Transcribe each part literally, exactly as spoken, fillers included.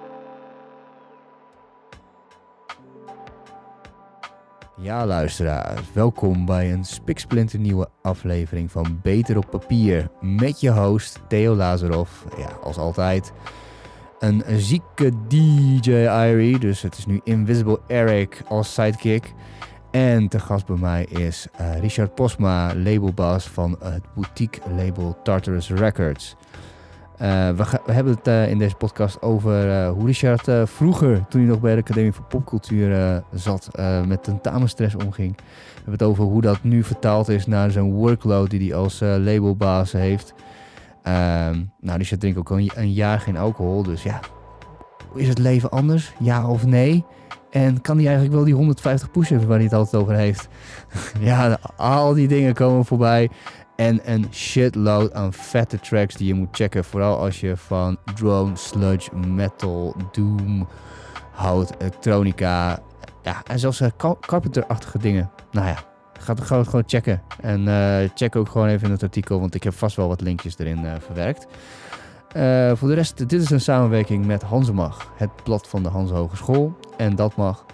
Ja, luisteraars, welkom bij een spiksplinternieuwe aflevering van Beter op Papier met je host Theo Lazarov. Ja, als altijd een zieke D J Irie, dus het is nu Invisible Eric als sidekick. En te gast bij mij is uh, Richard Posma, labelbaas van het boutique label Tartarus Records. Uh, we, ga, we hebben het uh, in deze podcast over uh, hoe Richard uh, vroeger, toen hij nog bij de Academie voor Popcultuur uh, zat, uh, met tentamenstress omging. We hebben het over hoe dat nu vertaald is naar zijn workload die hij als uh, labelbaas heeft. Uh, nou, Richard drinkt ook al een, een jaar geen alcohol, dus ja, is het leven anders? Ja of nee? En kan hij eigenlijk wel die honderdvijftig push-ups waar hij het altijd over heeft? Ja, al die dingen komen voorbij. En een shitload aan vette tracks die je moet checken. Vooral als je van drone, sludge, metal, doom houdt, elektronica. Ja, en zelfs uh, Carpenter-achtige dingen. Nou ja, ga, ga het gewoon checken. En uh, check ook gewoon even in het artikel, want ik heb vast wel wat linkjes erin uh, verwerkt. Uh, voor de rest, dit is een samenwerking met Hanzemag, het blad van de Hanze Hogeschool. En dat mag.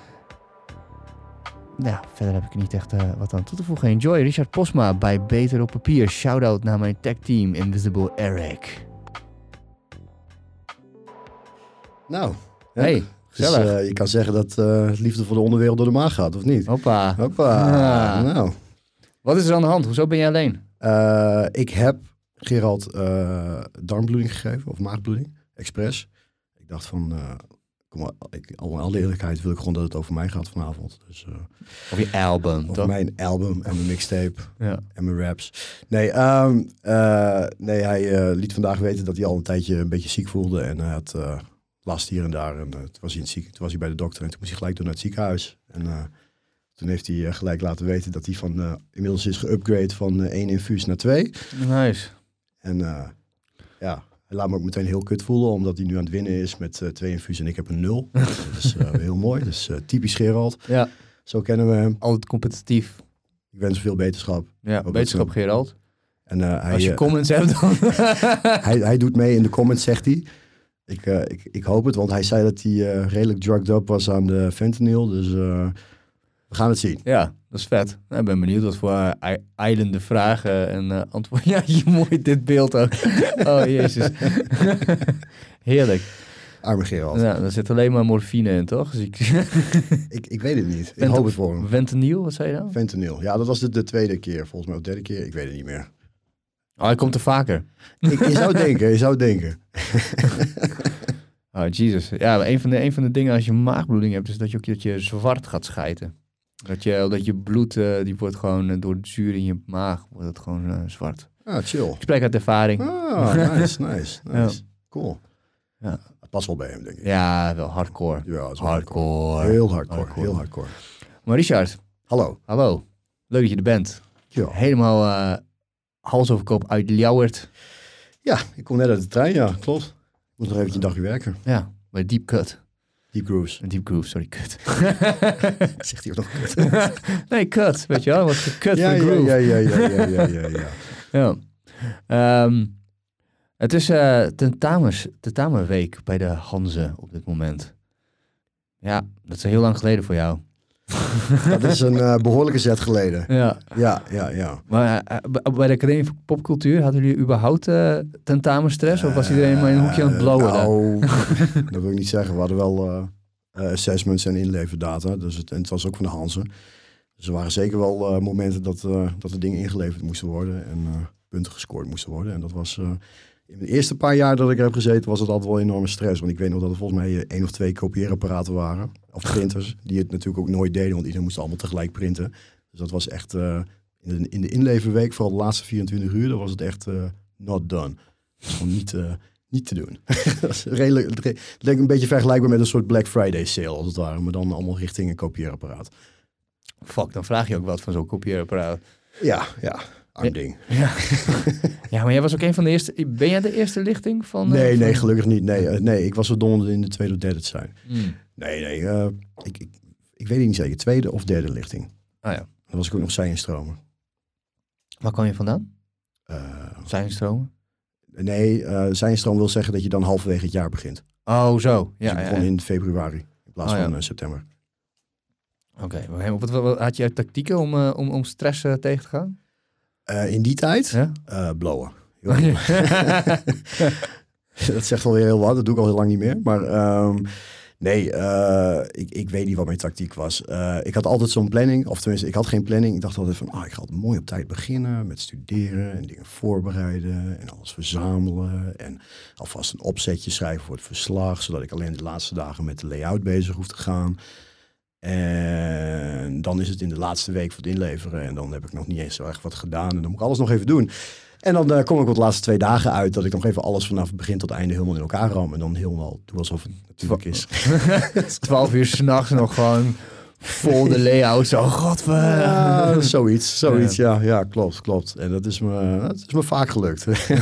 Ja, verder heb ik er niet echt uh, wat aan toe te voegen. Enjoy, Richard Posma bij Beter op Papier. Shout-out naar mijn tech team, Invisible Eric. Nou, hey, dus, uh, je kan zeggen dat uh, liefde voor de onderwereld door de maag gaat, of niet? Hoppa. Hoppa, ah. Nou. Wat is er aan de hand? Hoezo ben je alleen? Uh, ik heb Gerald uh, darmbloeding gegeven, of maagbloeding, expres. Ik dacht van... Uh, Kom maar, ik, al in alle eerlijkheid wil ik gewoon dat het over mij gaat vanavond. Dus, uh, over je album, over toch? mijn album en mijn mixtape ja. en mijn raps. Nee, um, uh, nee hij uh, liet vandaag weten dat hij al een tijdje een beetje ziek voelde. En hij had uh, last hier en daar. En uh, toen, was hij in het ziek, toen was hij bij de dokter en toen moest hij gelijk door naar het ziekenhuis. En uh, toen heeft hij uh, gelijk laten weten dat hij van uh, inmiddels is geupgrade van uh, één infuus naar twee. Nice. En uh, ja... Hij laat me ook meteen heel kut voelen, omdat hij nu aan het winnen is met uh, twee infuus en ik heb een nul. Dat is uh, heel mooi. Dus uh, typisch Gerald. Ja. Zo kennen we hem. Altijd competitief. Ik wens hem veel beterschap. Ja, beterschap Gerald. En, uh, hij, Als je uh, comments hebt dan. hij, hij doet mee in de comments, zegt hij. Ik, uh, ik, ik hoop het, want hij zei dat hij uh, redelijk drugged up was aan de fentanyl. Dus uh, we gaan het zien. Ja, dat is vet. Ik ben benieuwd wat voor uh, eilende vragen en uh, antwoorden. Ja, je mooi dit beeld ook. Oh, jezus. Heerlijk. Arme Gerald. Ja, er zit alleen maar morfine in, toch? Dus ik... ik, ik weet het niet. Vent- ik hoop het voor hem. Fentanyl, wat zei je nou? Fentanyl. Ja, dat was de, de tweede keer. Volgens mij ook de derde keer. Ik weet het niet meer. Oh, hij komt er vaker. ik, je zou denken, je zou denken. Oh, Jesus. Ja, een van, de, een van de dingen als je maagbloeding hebt, is dat je ook dat je zwart gaat schijten. Dat je, dat je bloed, uh, die wordt gewoon uh, door het zuur in je maag, wordt het gewoon uh, zwart. Ah, chill. Ik spreek uit ervaring. Ah, nice, nice, nice. Ja. Cool. Ja. Dat past wel bij hem, denk ik. Ja, wel hardcore. Ja, hardcore. hardcore. Heel hardcore, hardcore. heel hardcore. Maar Richard. Hallo. Hallo. Leuk dat je er bent. Ja. Helemaal uh, hals over kop uit Ljouwert. Ja, ik kom net uit de trein, ja, klopt. Ik moet nog eventjes een dagje werken. Ja, bij Deep Cut. Deep Grooves. Deep Groove, sorry, kut. Zegt hij ook nog kut? Nee, kut, weet je wel. Wat gekut ja, voor groove. Ja, ja, ja, ja, ja, ja, ja. ja. Um, het is uh, tentamens, tentamenweek bij de Hanze op dit moment. Ja, dat is heel lang geleden voor jou. Dat is een uh, behoorlijke zet geleden. Ja, ja, ja. ja. Maar uh, bij de Academie voor Popcultuur hadden jullie überhaupt uh, tentamenstress? Of was iedereen maar in een hoekje aan het blowen? Nou, dat wil ik niet zeggen. We hadden wel uh, uh, assessments en inleverdata. Dus het, en het was ook van de Hanze. Dus er waren zeker wel uh, momenten dat, uh, dat de dingen ingeleverd moesten worden. En uh, punten gescoord moesten worden. En dat was... Uh, in de eerste paar jaar dat ik er heb gezeten, was het altijd wel enorme stress. Want ik weet nog dat er volgens mij één of twee kopieerapparaten waren. Of printers, die het natuurlijk ook nooit deden. Want iedereen moest allemaal tegelijk printen. Dus dat was echt... Uh, in, de, in de inleverweek, vooral de laatste vierentwintig uur, dan was het echt uh, not done. Dat is gewoon niet, uh, niet te doen. Dat is redelijk, het leek een beetje vergelijkbaar met een soort Black Friday sale, als het ware. Maar dan allemaal richting een kopieerapparaat. Fuck, dan vraag je ook wat van zo'n kopieerapparaat. Ja, ja. Arm ding. Ja. Ja, maar jij was ook een van de eerste... Ben jij de eerste lichting van... Nee, uh, nee, van... gelukkig niet. Nee, uh, nee, ik was zo dom in de tweede of derde te zijn. Mm. Nee, nee. Uh, ik, ik, ik weet het niet zeker. Tweede of derde lichting. Ah ja. Dan was ik ook nog Zijnstromen. Waar kwam je vandaan? Uh, Zijnstromen? Nee, uh, Zijnstroom wil zeggen dat je dan halverwege het jaar begint. Oh, zo. Dus Ja, ik ja, begon ja. in februari in plaats Oh, van ja. uh, september. Oké, okay. wat, wat, wat had je tactieken om, uh, om, om stress uh, tegen te gaan? Uh, in die tijd? Ja? Uh, blowen. Dat zegt alweer heel wat, dat doe ik al heel lang niet meer. Maar um, nee, uh, ik, ik weet niet wat mijn tactiek was. Uh, ik had altijd zo'n planning, of tenminste, ik had geen planning. Ik dacht altijd van, ah, ik ga altijd mooi op tijd beginnen met studeren en dingen voorbereiden en alles verzamelen. En alvast een opzetje schrijven voor het verslag, zodat ik alleen de laatste dagen met de layout bezig hoef te gaan. En dan is het in de laatste week voor het inleveren en dan heb ik nog niet eens zo erg wat gedaan en dan moet ik alles nog even doen. En dan uh, kom ik op de laatste twee dagen uit dat ik nog even alles vanaf het begin tot het einde helemaal in elkaar ram. En dan helemaal doe alsof het natuurlijk is. Twaalf uur s'nachts nog gewoon vol de layout. Zo, godver. Ja, zoiets, zoiets. Ja. Ja, ja, klopt, klopt. En dat is me, dat is me vaak gelukt.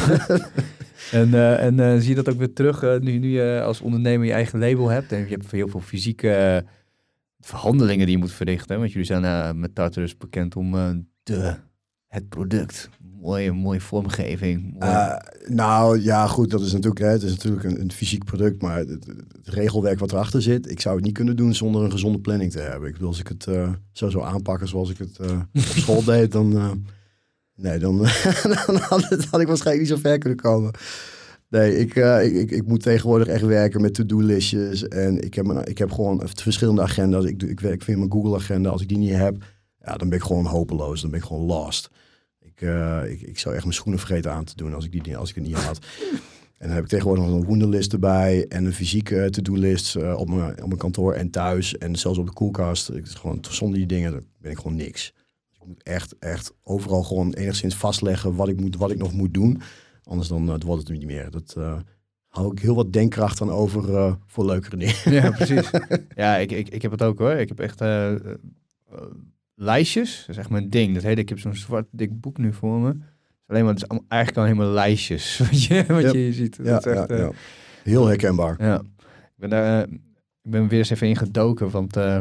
En, uh, en uh, zie je dat ook weer terug uh, nu, nu je als ondernemer je eigen label hebt. En je hebt heel veel fysieke uh, verhandelingen die je moet verrichten. Want jullie zijn uh, met Tartarus bekend om uh, de, het product. Mooie, mooie vormgeving. Mooie... Uh, nou ja, goed, dat is natuurlijk, hè, het is natuurlijk een, een fysiek product, maar het, het regelwerk wat erachter zit, ik zou het niet kunnen doen zonder een gezonde planning te hebben. Ik bedoel, als ik het uh, zo zou aanpakken zoals ik het uh, op school deed, dan, uh, nee, dan, dan had, het, had ik waarschijnlijk niet zo ver kunnen komen. Nee, ik, uh, ik, ik, ik moet tegenwoordig echt werken met to-do-listjes en ik heb, ik heb gewoon verschillende agenda's. Ik, ik werk via mijn Google-agenda. Als ik die niet heb, ja, dan ben ik gewoon hopeloos, dan ben ik gewoon lost. Ik, uh, ik, ik zou echt mijn schoenen vergeten aan te doen als ik, die, als ik het niet had. En dan heb ik tegenwoordig nog een wonderlist erbij en een fysieke to-do-list uh, op, mijn, op mijn kantoor en thuis. En zelfs op de koelkast. Ik, gewoon, zonder die dingen ben ik gewoon niks. Ik moet echt, echt overal gewoon enigszins vastleggen wat ik, moet, wat ik nog moet doen. Anders dan uh, wordt het niet meer. Dat uh, hou ik heel wat denkkracht aan over uh, voor leukere dingen. Ja, precies. Ja, ik, ik, ik heb het ook hoor. Ik heb echt... Uh, uh, lijstjes, dat is echt mijn ding. Dat hele, ik heb zo'n zwart dik boek nu voor me. Alleen maar, het is eigenlijk al helemaal lijstjes. Wat je, wat yep. je hier ziet. Dat ja, is echt, ja, uh, ja. Heel herkenbaar. Ja. Ik ben daar, uh, ik ben weer eens even in gedoken, want uh,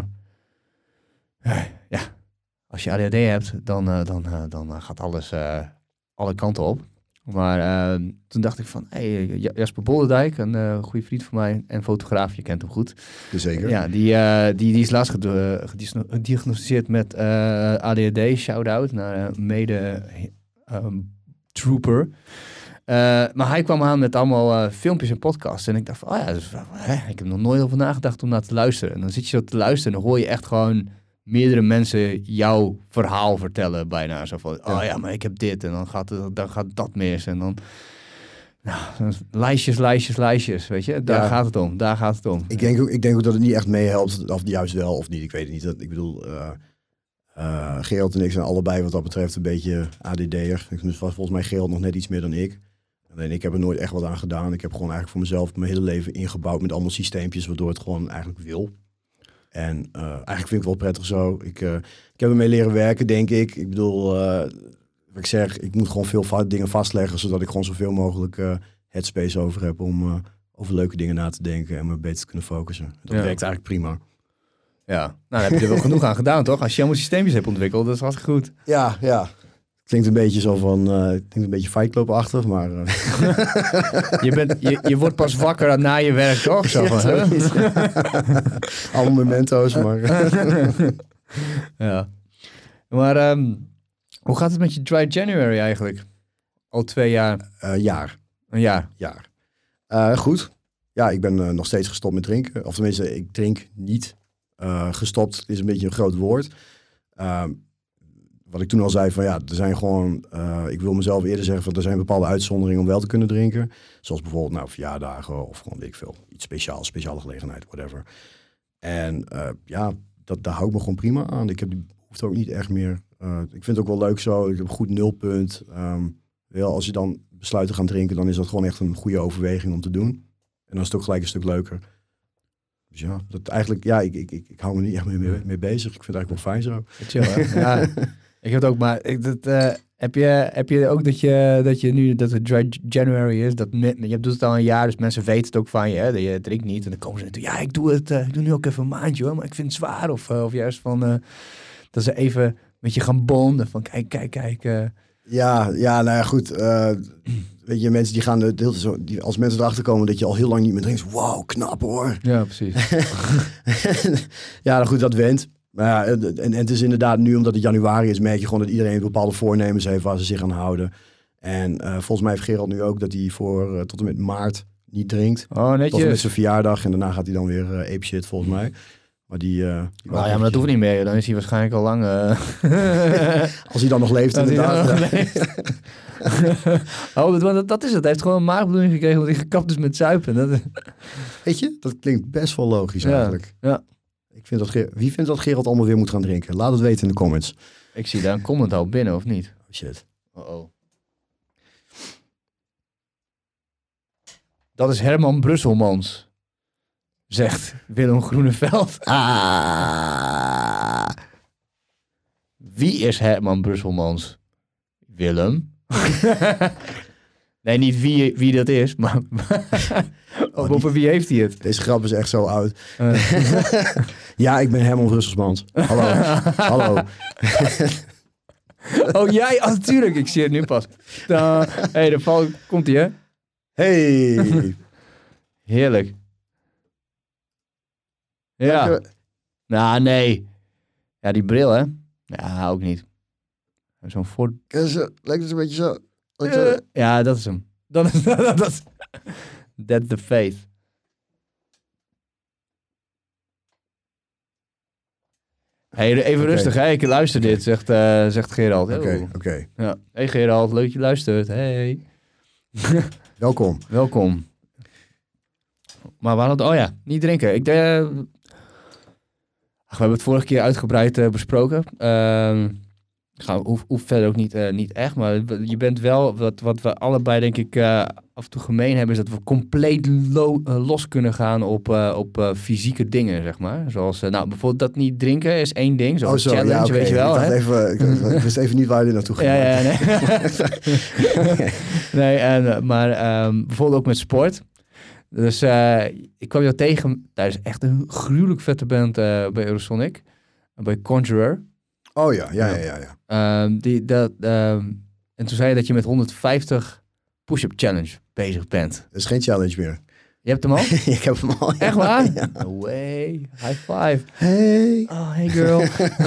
uh, ja, als je A D H D hebt, dan, uh, dan, uh, dan gaat alles uh, alle kanten op. Maar uh, toen dacht ik van, hey, Jasper Bolderdijk, een uh, goede vriend van mij en fotograaf, je kent hem goed. Zeker. Ja, die, uh, die, die is laatst gediagnosticeerd met uh, A D H D. Shout-out naar uh, mede um, trooper. Uh, maar hij kwam aan met allemaal uh, filmpjes en podcasts. En ik dacht van, oh ja, dus, hè, ik heb nog nooit over nagedacht om naar te luisteren. En dan zit je zo te luisteren en dan hoor je echt gewoon meerdere mensen jouw verhaal vertellen bijna. Zo van, oh ja, maar ik heb dit en dan gaat, het, dan gaat dat mis. En dan, nou, lijstjes, lijstjes, lijstjes, weet je. Daar ja. gaat het om, daar gaat het om. Ik denk ook, ik denk ook dat het niet echt meehelpt, of juist wel of niet. Ik weet het niet. Dat, ik bedoel, uh, uh, Gerald en ik zijn allebei wat dat betreft een beetje A D D'er. Dus volgens mij Gerald nog net iets meer dan ik. Alleen ik heb er nooit echt wat aan gedaan. Ik heb gewoon eigenlijk voor mezelf mijn hele leven ingebouwd met allemaal systeempjes, waardoor het gewoon eigenlijk wil. En uh, eigenlijk vind ik het wel prettig zo. Ik, uh, ik heb ermee leren werken, denk ik. Ik bedoel, uh, wat ik zeg, ik moet gewoon veel va- dingen vastleggen, zodat ik gewoon zoveel mogelijk uh, headspace over heb om uh, over leuke dingen na te denken en me beter te kunnen focussen. Dat ja. werkt eigenlijk prima. Ja, nou daar heb je er wel genoeg aan gedaan, toch? Als je allemaal systeempjes hebt ontwikkeld, dat is hartstikke goed. Ja, ja. Klinkt een beetje zo van, uh, klinkt een beetje Fight Club-achtig, maar... Uh... je, bent, je, je wordt pas wakker na je werk, toch? Zo van, ja, huh? Allemaal memento's, maar... ja. Maar um, hoe gaat het met je Dry January eigenlijk? Al twee jaar? Uh, jaar. Een jaar? Jaar. Uh, goed. Ja, ik ben uh, nog steeds gestopt met drinken. Of tenminste, ik drink niet. Uh, gestopt is een beetje een groot woord. Uh, Wat ik toen al zei, van ja, er zijn gewoon... Uh, ik wil mezelf eerder zeggen, van er zijn bepaalde uitzonderingen om wel te kunnen drinken. Zoals bijvoorbeeld nou, verjaardagen of gewoon, weet ik veel, iets speciaals, speciale gelegenheid, whatever. En uh, ja, dat, daar hou ik me gewoon prima aan. Ik heb die behoefte ook niet echt meer... Uh, ik vind het ook wel leuk zo, ik heb een goed nulpunt. Um, wel, als je dan besluit te gaan drinken, dan is dat gewoon echt een goede overweging om te doen. En dan is het ook gelijk een stuk leuker. Dus ja, dat eigenlijk, ja, ik, ik, ik, ik hou me niet echt mee, mee, mee bezig. Ik vind het eigenlijk wel fijn zo. Chill, hè? Ja, ik heb het ook, maar ik, dat, uh, heb, je, heb je ook dat je, dat je nu, dat het Dry January is, dat je doet het al een jaar, dus mensen weten het ook van je, hè, dat je drinkt niet. En dan komen ze naartoe, ja, ik doe het, uh, ik doe nu ook even een maandje hoor, maar ik vind het zwaar. Of, uh, of juist van, uh, dat ze even met je gaan bonden, van kijk, kijk, kijk. Uh, Ja, ja, nou ja, goed. Uh, weet je, mensen die gaan... De, de, zo, die, als mensen erachter komen dat je al heel lang niet meer drinkt... Wow, knap hoor. Ja, precies. Ja, nou goed, dat went. Maar ja, en, en het is inderdaad nu, omdat het januari is... merk je gewoon dat iedereen bepaalde voornemens heeft... waar ze zich aan houden. En uh, volgens mij heeft Gerald nu ook... dat hij voor uh, tot en met maart niet drinkt. Oh, netjes. Tot en met zijn verjaardag. En daarna gaat hij dan weer uh, ape shit, volgens mij. Maar die... Uh, die nou ja, maar dat hoeft niet meer. Dan is hij waarschijnlijk al lang... Uh... Als hij dan nog leeft, Als inderdaad. Nog leeft. oh, dat, dat is het. Hij heeft gewoon een maagbloeding gekregen... omdat hij gekapt is met zuipen. Dat is... Weet je, dat klinkt best wel logisch ja. eigenlijk. Ja. Ik vind dat Ger- Wie vindt dat Gerald allemaal weer moet gaan drinken? Laat het weten in de comments. Ik zie daar een comment al binnen, of niet? Oh, shit. Oh-oh. Dat is Herman Brusselmans, zegt Willem Groeneveld. Ah. Wie is Herman Brusselmans? Willem? Nee, niet wie, wie dat is, maar... oh, over wie heeft hij het? Deze grap is echt zo oud. Uh. Ja, ik ben Herman Brusselmans. Hallo. Hallo. Oh, jij? Oh, natuurlijk. Ik zie het nu pas. Hé, hey, de val komt hij, hè? Hey. Heerlijk. Ja. Lekker. Nou, nee. Ja, die bril, hè? Ja, ook niet. Zo'n Ford... Lijkt het een beetje zo... Uh, ja, dat is hem. Dat is... dat is That's the faith. Hey, even okay. rustig, hè? Ik luister okay. dit, zegt, uh, zegt Gerald. Oké, okay, oké. Okay. Ja. Hey Gerald, leuk dat je luistert. Hey. Welkom. Welkom. Maar we hadden... Oh ja, niet drinken. Ik denk... Uh, we hebben het vorige keer uitgebreid uh, besproken. Uh, Hoeft hoef verder ook niet, uh, niet echt, maar je bent wel, wat, wat we allebei denk ik uh, af en toe gemeen hebben, is dat we compleet lo- uh, los kunnen gaan op, uh, op uh, fysieke dingen, zeg maar. Zoals, uh, nou bijvoorbeeld dat niet drinken is één ding, zoals oh, zo, challenge, ja, okay. weet je wel. Ik, hè? Even, ik, ik wist even niet waar je naartoe ging. Ja, ja, nee. nee, en, uh, maar um, bijvoorbeeld ook met sport. Dus uh, ik kwam jou tegen, daar is echt een gruwelijk vette band uh, bij Eurosonic, bij Conjurer. Oh ja, ja, ja, ja. ja. Uh, die, dat, uh, en toen zei je dat je met honderdvijftig push-up challenge bezig bent. Dat is geen challenge meer. Je hebt hem al? Ik heb hem al. Ja. Echt waar? Ja. No way. High five. Hey. Oh, hey girl.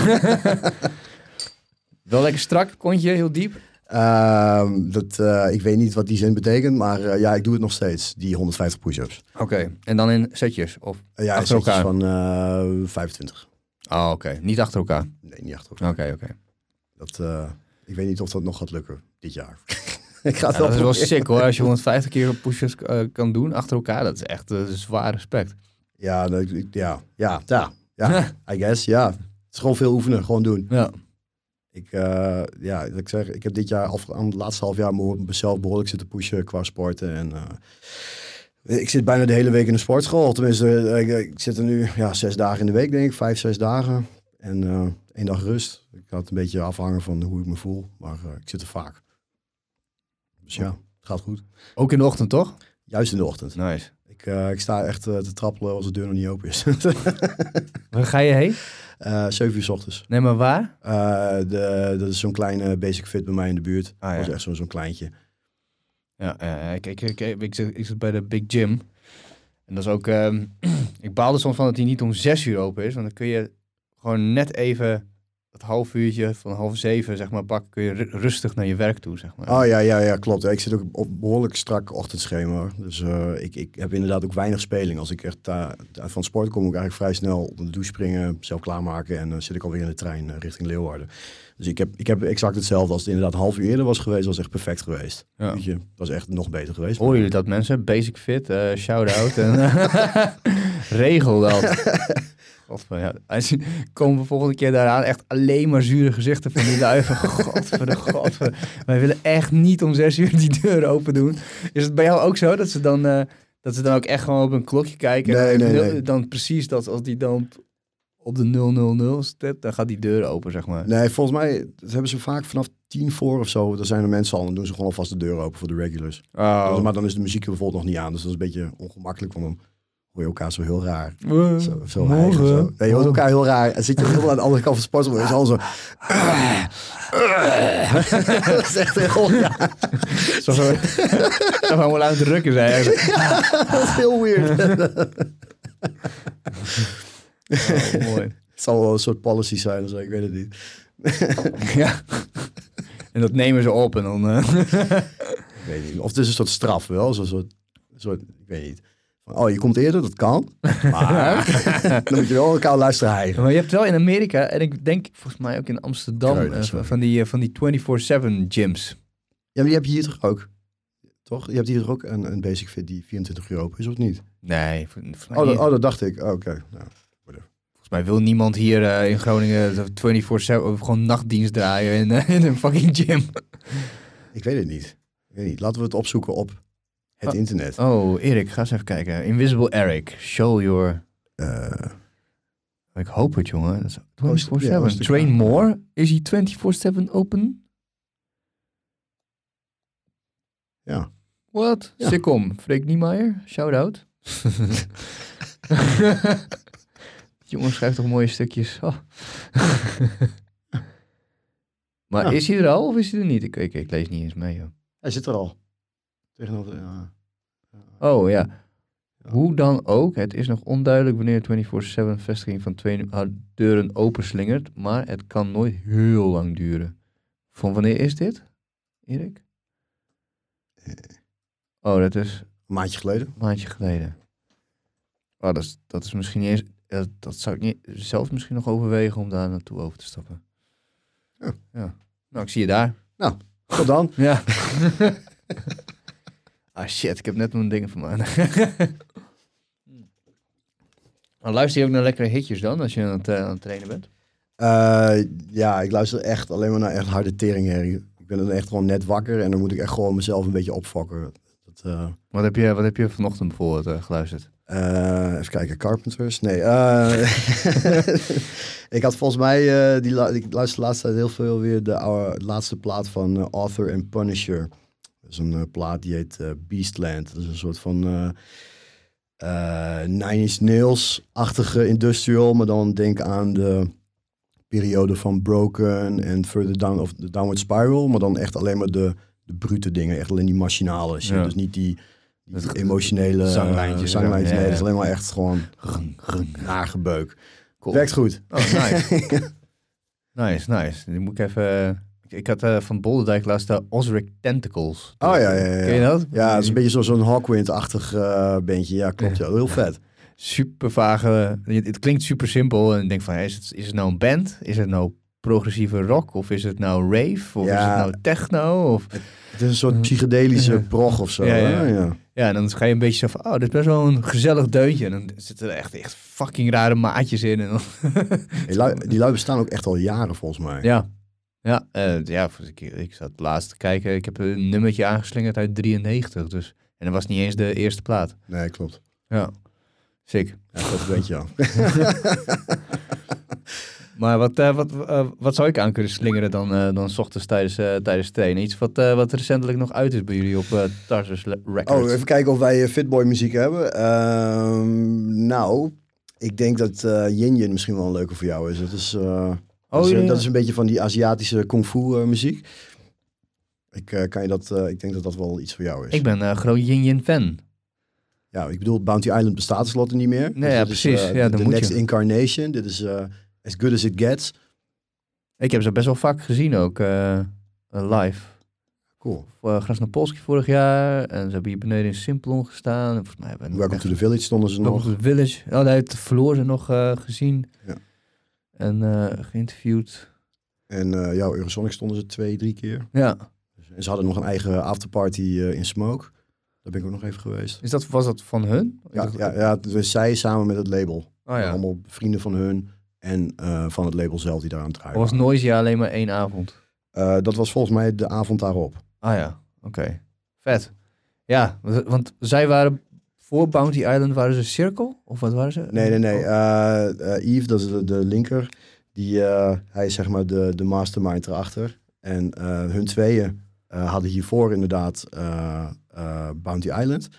Wel lekker strak, kontje, heel diep. Uh, dat, uh, ik weet niet wat die zin betekent, maar uh, ja, ik doe het nog steeds, die honderdvijftig push-ups. Oké, okay. En dan in setjes? Of uh, ja, achter setjes elkaar? van uh, vijfentwintig. Oh, oké. Okay. Niet achter elkaar? Nee, niet achter elkaar. Oké, okay, oké. Okay. Dat, uh, ik weet niet of dat nog gaat lukken dit jaar. ik ga het ja, wel dat is wel sick hoor, als je honderdvijftig keer push-ups uh, kan doen achter elkaar. Dat is echt uh, zwaar respect. Ja, dat, ja, ja, ja, ja, I guess, ja. Het is gewoon veel oefenen, gewoon doen. Ja. Ik, uh, ja, ik zeg, ik heb dit jaar, af, aan het laatste half jaar, mezelf behoorlijk zitten pushen qua sporten. En uh, ik zit bijna de hele week in de sportschool. Tenminste, ik, ik zit er nu ja, zes dagen in de week, denk ik. Vijf, zes dagen. En uh, één dag rust. Ik had een beetje afhangen van hoe ik me voel. Maar uh, ik zit er vaak. Dus ja, het gaat goed. Ook in de ochtend, toch? Juist in de ochtend. Nice. Ik, uh, ik sta echt uh, te trappelen als de deur nog niet open is. Waar ga je heen? Uh, zeven uur 's ochtends. Nee, maar waar? Uh, de, dat is zo'n kleine Basic Fit bij mij in de buurt. Ah, ja. Dat is echt zo, zo'n kleintje. Ja, ja ik, ik, ik, ik, ik, zit, ik zit bij de Big Gym. En dat is ook... Um, ik baal er soms van dat die niet om zes uur open is. Want dan kun je gewoon net even dat half uurtje van half zeven, zeg maar, bakken. Kun je rustig naar je werk toe, zeg maar. Oh ja, ja, ja, klopt. Ik zit ook op behoorlijk strak ochtendschema. Hoor. Dus uh, ik, ik heb inderdaad ook weinig speling. Als ik echt uh, van sport kom, moet ik eigenlijk vrij snel onder de douche springen, zelf klaarmaken. En dan uh, zit ik alweer in de trein uh, richting Leeuwarden. Dus ik heb, ik heb exact hetzelfde. Als het inderdaad een half uur eerder was geweest, was het echt perfect geweest. Ja. Weet je, dat was echt nog beter geweest. Horen jullie dat, mensen? Basic Fit, uh, shout-out. en regel dat. Godver, ja. Komen we volgende keer daaraan echt alleen maar zure gezichten van die lui. Godver, godver. Wij willen echt niet om zes uur die deur open doen. Is het bij jou ook zo dat ze dan, uh, dat ze dan ook echt gewoon op een klokje kijken? Nee, en nee, nul, nee. Dan precies dat als die dan op de nul nul nul staat, dan gaat die deur open, zeg maar. Nee, volgens mij dat hebben ze vaak vanaf tien voor of zo. Dan zijn er mensen al en dan doen ze gewoon alvast de deur open voor de regulars. Oh. Dus, maar dan is de muziek bijvoorbeeld nog niet aan. Dus dat is een beetje ongemakkelijk van hem. hoor je elkaar zo heel raar. Uh, Zo, zo hijgen, zo. Nee, je hoort elkaar heel raar. En zit je helemaal aan de andere kant van het sportsel. is al zo... dat is echt heel raar. Zo zo. Zo gewoon aan het drukken zijn. Ja, dat is heel weird. Oh, mooi. Het zal wel een soort policy zijn of zo, ik weet het niet. Ja. En dat nemen ze op en dan... Uh... ik weet niet. Of het is een soort straf wel. Zo'n soort, soort, ik weet niet. Van, oh, je komt eerder, dat kan. Maar dan moet je wel elkaar luisteren hijgen. Maar je hebt wel in Amerika, en ik denk volgens mij ook in Amsterdam, Kreunen, uh, van die, uh, van die vierentwintig zeven gyms. Ja, maar die heb je hier toch ook? Toch? Je hebt hier toch ook een, een Basic Fit die vierentwintig euro is, of niet? Nee. Volgens mij, Oh, dat, oh, dat dacht ik. Oh, oké. Okay. Nou, volgens mij wil niemand hier uh, in Groningen vierentwintig zeven gewoon nachtdienst draaien in, uh, in een fucking gym. Ik weet het niet. Ik weet niet. Laten we het opzoeken op het oh. internet. Oh, Erik, ga eens even kijken. Invisible Eric, show your... Uh, ik hoop het, jongen. Dat is vierentwintig zeven. Ja, Train more? Is hij vierentwintig zeven open? Ja. Wat? Ja. Sikkom. Freek Niemeyer. Shout-out. Jongen, schrijft toch mooie stukjes. Oh. Maar ja. Is hij er al of is hij er niet? Ik, ik, ik lees niet eens mee, joh. Hij zit er al. Tegenover, ja. Oh, ja. Ja. Hoe dan ook, het is nog onduidelijk wanneer vierentwintig zeven vestiging van twee deuren openslingert, maar het kan nooit heel lang duren. Van wanneer is dit, Erik? Oh, dat is... Een maandje geleden. Een maandje geleden. Oh, dat is, dat is misschien niet eens... Dat, dat zou ik niet, zelf misschien nog overwegen om daar naartoe over te stappen. Ja. Ja. Nou, ik zie je daar. Nou, tot dan. Ja. Ah shit, ik heb net mijn dingen van me. Nou, luister je ook naar lekkere hitjes dan, als je aan het, uh, aan het trainen bent? Uh, ja, ik luister echt alleen maar naar echt harde teringherrie. Ik ben dan echt gewoon net wakker en dan moet ik echt gewoon mezelf een beetje opfokken. Dat, uh... wat, heb je, wat heb je vanochtend bijvoorbeeld uh, geluisterd? Uh, even kijken, Carpenters? Nee. Uh... ik had volgens mij, uh, die lu- ik luister de laatste tijd heel veel weer de oude, laatste plaat van uh, Author and Punisher. Dat is een uh, plaat die heet uh, Beastland. Dat is een soort van uh, uh, Nine Inch Nails-achtige industrial, maar dan denk aan de periode van Broken en Further Down of the Downward Spiral, maar dan echt alleen maar de, de brute dingen, echt alleen die machinale shit. Ja. Dus niet die, die het, emotionele zanglijntjes. zanglijntjes. Ja, Nee, ja. dat is alleen maar echt gewoon nagebeuk. Cool. Werkt goed. Oh, nice. nice, nice. Die moet ik even... Ik had uh, van Bolderdijk laatst uh, Osric Tentacles. Oh ja, ja, ja. Ken je dat? Ja, dat is een beetje zo, zo'n Hawkwind-achtig uh, bandje. Ja, klopt. Ja, heel vet. Super vage... Het, het klinkt super simpel. En ik denk van, is het, is het nou een band? Is het nou progressieve rock? Of is het nou rave? Of ja, is het nou techno? Of... Het, het is een soort psychedelische prog of zo. Ja, ja. Hè? Ja. Ja, en dan ga je een beetje zo van, oh, dit is best wel een gezellig deuntje. En dan zitten er echt, echt fucking rare maatjes in. En dan die, lui, die lui bestaan ook echt al jaren volgens mij. Ja, ja, uh, ja ik, ik zat laatst te kijken. Ik heb een nummertje aangeslingerd uit drieënnegentig. Dus, en dat was niet eens de eerste plaat. Nee, klopt. Ja, sick. Ja, dat weet je al. Maar wat, uh, wat, uh, wat zou ik aan kunnen slingeren dan, uh, dan 's ochtends tijdens, uh, tijdens trainen? Iets wat, uh, wat recentelijk nog uit is bij jullie op uh, Tarsus Records. Oh, even kijken of wij uh, Fitboy muziek hebben. Uh, nou, ik denk dat uh, Yin Yin misschien wel een leuke voor jou is. Dat is, uh, oh, dat, is, ja. dat is een beetje van die Aziatische kung fu uh, muziek. Ik, uh, kan je dat, uh, ik denk dat dat wel iets voor jou is. Ik ben een uh, groot Yin Yin fan. Ja, ik bedoel, Bounty Island bestaat tenslotte niet meer. Nee, dus ja, precies. Is, uh, ja, the dan Next moet je. Incarnation. Dit is uh, As Good As It Gets. Ik heb ze best wel vaak gezien ook, uh, live. Cool. Uh, Krasnopolski vorig jaar. En ze hebben hier beneden in Simplon gestaan. En volgens mij hebben Welcome echt... to the Village stonden ze Welcome nog. to the Village. Oh, daar heeft Verloor ze nog uh, gezien. Ja. En uh, geïnterviewd. En uh, ja, Eurosonic stonden ze twee, drie keer. Ja. En ze hadden nog een eigen afterparty uh, in Smoke. Daar ben ik ook nog even geweest. Is dat, was dat van hun? Ja, dat... ja, ja, dus zij samen met het label. Oh, ja. Allemaal vrienden van hun en uh, van het label zelf die daar aan het draaien was Noisia alleen maar één avond? Uh, dat was volgens mij de avond daarop. Ah ja, oké. Okay. Vet. Ja, want zij waren voor Bounty Island, waren ze Circle? Of wat waren ze? Nee, nee, nee. Uh, uh, Yves, dat is de, de linker. Die, uh, hij is zeg maar de, de mastermind erachter. En uh, hun tweeën uh, hadden hiervoor inderdaad uh, uh, Bounty Island.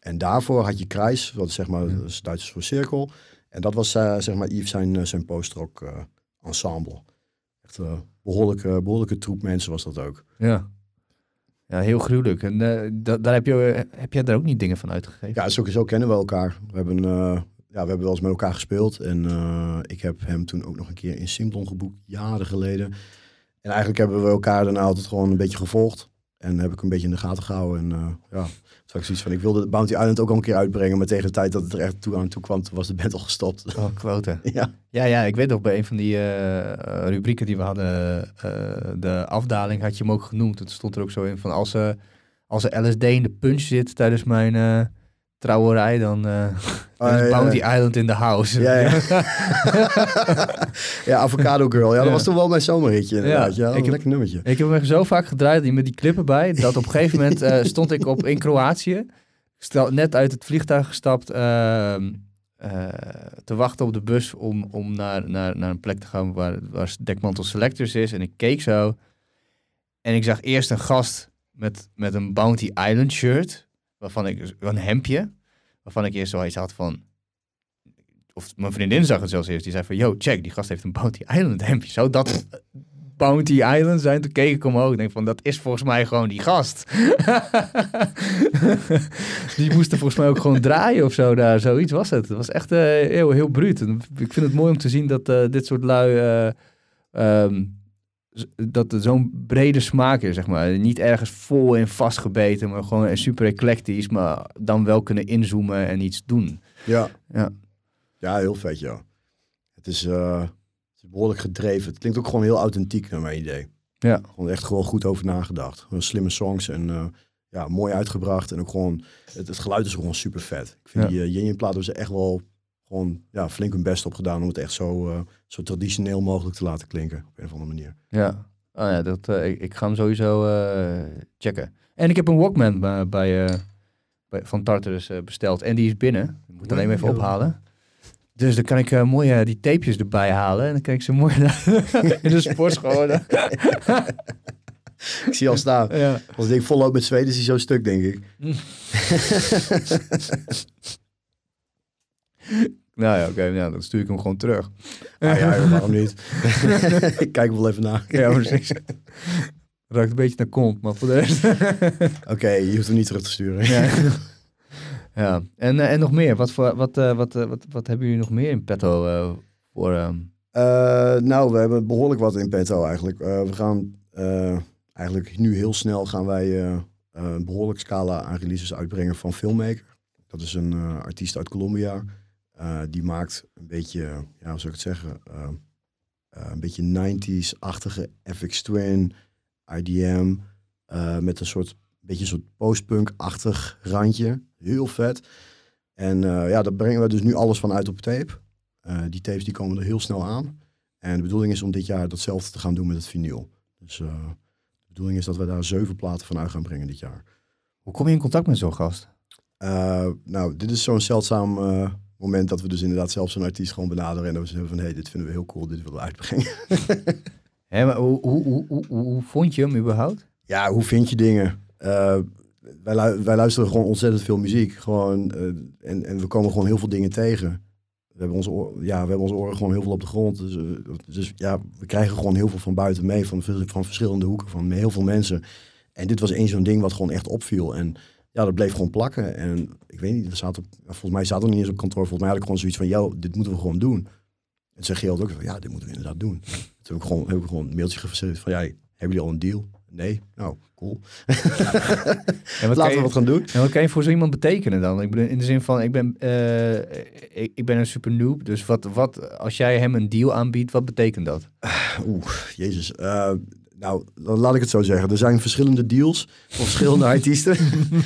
En daarvoor had je Kreis, wat zeg maar, Ja. dat is Duits voor cirkel. En dat was uh, zeg maar Yves zijn, uh, zijn post-rock uh, ensemble. Echt een uh, behoorlijke, behoorlijke troep mensen was dat ook. Ja, ja heel gruwelijk. En uh, da- daar heb, je, uh, heb jij daar ook niet dingen van uitgegeven? Ja, zo, zo kennen we elkaar. We hebben, uh, ja, we hebben wel eens met elkaar gespeeld. En uh, ik heb hem toen ook nog een keer in Simplon geboekt, jaren geleden. En eigenlijk hebben we elkaar daarna altijd gewoon een beetje gevolgd. En heb ik een beetje in de gaten gehouden. En uh, ja, toen ik zoiets van, ik wilde Bounty Island ook al een keer uitbrengen. Maar tegen de tijd dat het er echt toe aan toe kwam, toen was de band al gestopt. Oh, kloten. Ja. Ja, ja, ik weet nog bij een van die uh, rubrieken die we hadden, uh, de afdaling had je hem ook genoemd. Het stond er ook zo in van als, uh, als er L S D in de punch zit tijdens mijn uh, trouwerij, dan, uh, dan uh, is ja, Bounty ja. Island in the house. Ja, ja. Ja, Avocado Girl. Ja, dat Ja. was toch wel mijn zomerhitje inderdaad. Ja, Ja, ja, ik een heb- lekker nummertje. Ik heb hem echt zo vaak gedraaid met die clippen bij, dat op een gegeven moment uh, stond ik op, in Kroatië, stel, net uit het vliegtuig gestapt, uh, uh, te wachten op de bus om, om naar, naar, naar een plek te gaan waar, waar Dekmantel Selectors is. En ik keek zo en ik zag eerst een gast met, met een Bounty Island shirt, waarvan ik, een hemdje, waarvan ik eerst zoiets had van, of mijn vriendin zag het zelfs eerst, die zei van, yo, check, die gast heeft een Bounty Island hemdje. Zou dat Bounty Island zijn? Toen keek ik omhoog en denk van, dat is volgens mij gewoon die gast. Die moesten volgens mij ook gewoon draaien of zo daar, zoiets was het. Het was echt uh, heel, heel bruut. En ik vind het mooi om te zien dat uh, dit soort lui, uh, um, z- dat er zo'n brede smaak is, zeg maar. Niet ergens vol in vastgebeten, maar gewoon super eclectisch, maar dan wel kunnen inzoomen en iets doen. Ja. Ja. Ja, heel vet, ja. Het is, uh, het is behoorlijk gedreven. Het klinkt ook gewoon heel authentiek naar mijn idee. Ja. Gewoon echt gewoon goed over nagedacht. Gewoon slimme songs en uh, ja, mooi uitgebracht. En ook gewoon, het, het geluid is gewoon super vet. Ik vind Ja. die uh, Yin plaat ze echt wel gewoon ja, flink hun best op gedaan om het echt zo, uh, zo traditioneel mogelijk te laten klinken. Op een of andere manier. Ja, oh ja dat, uh, ik, ik ga hem sowieso uh, checken. En ik heb een Walkman bij, bij, uh, bij, van Tartarus uh, besteld. En die is binnen. Ik moet alleen maar even Yo. ophalen. Dus dan kan ik uh, mooi uh, die tapejes erbij halen. En dan kan ik ze mooi in de sportschool. Ik zie al staan. Ja. Als het ding vol loopt met Zweden is hij zo stuk, denk ik. Nou ja, oké. Okay, nou, dan stuur ik hem gewoon terug. Ah, ja, waarom niet? Ik kijk hem wel even na. Ja, precies. Ruikt een beetje naar kont, maar voor de rest... Oké, okay, je hoeft hem niet terug te sturen. Ja. Ja, en, uh, en nog meer. Wat, voor, wat, uh, wat, uh, wat, wat hebben jullie nog meer in petto uh, voor... Um... Uh, nou, we hebben behoorlijk wat in petto eigenlijk. Uh, we gaan uh, eigenlijk nu heel snel gaan wij uh, een behoorlijk scala aan releases uitbrengen van Filmmaker. Dat is een uh, artiest uit Colombia. Uh, die maakt een beetje, ja, hoe zou ik het zeggen, uh, uh, een beetje nineties-achtige F X Twin, I D M, uh, met een soort, beetje een soort postpunk-achtig randje. Heel vet. En uh, ja, daar brengen we dus nu alles van uit op tape. Uh, die tapes die komen er heel snel aan. En de bedoeling is om dit jaar datzelfde te gaan doen met het vinyl. Dus uh, de bedoeling is dat we daar zeven platen van uit gaan brengen dit jaar. Hoe kom je in contact met zo'n gast? Uh, nou, dit is zo'n zeldzaam uh, moment dat we dus inderdaad zelf zo'n artiest gewoon benaderen. En dan zeggen we van, hé, hey, dit vinden we heel cool, dit willen we uitbrengen. Hé, maar hoe, hoe, hoe, hoe, hoe vond je hem überhaupt? Ja, hoe vind je dingen? Uh, wij, lu- wij luisteren gewoon ontzettend veel muziek. Gewoon, uh, en, en we komen gewoon heel veel dingen tegen. We hebben, onze oor, ja, we hebben onze oren gewoon heel veel op de grond. Dus, uh, dus ja, we krijgen gewoon heel veel van buiten mee. Van, van verschillende hoeken, van heel veel mensen. En dit was één zo'n ding wat gewoon echt opviel. En ja, dat bleef gewoon plakken. En ik weet niet, we zaten op, volgens mij zaten we niet eens op kantoor. Volgens mij had ik gewoon zoiets van, yo, dit moeten we gewoon doen. En zei Gerald ook van, ja, dit moeten we inderdaad doen. Toen heb ik gewoon, heb ik gewoon een mailtje gefaceerd van, ja, hebben jullie al een deal? Nee? Nou, cool. En wat Laten we je, wat gaan doen. En wat kan je voor zo iemand betekenen dan? Ik bedoel, in de zin van, ik ben, uh, ik, ik ben een super noob. Dus wat, wat, als jij hem een deal aanbiedt, wat betekent dat? Oeh, jezus. Uh, nou, dan laat ik het zo zeggen. Er zijn verschillende deals voor verschillende artiesten.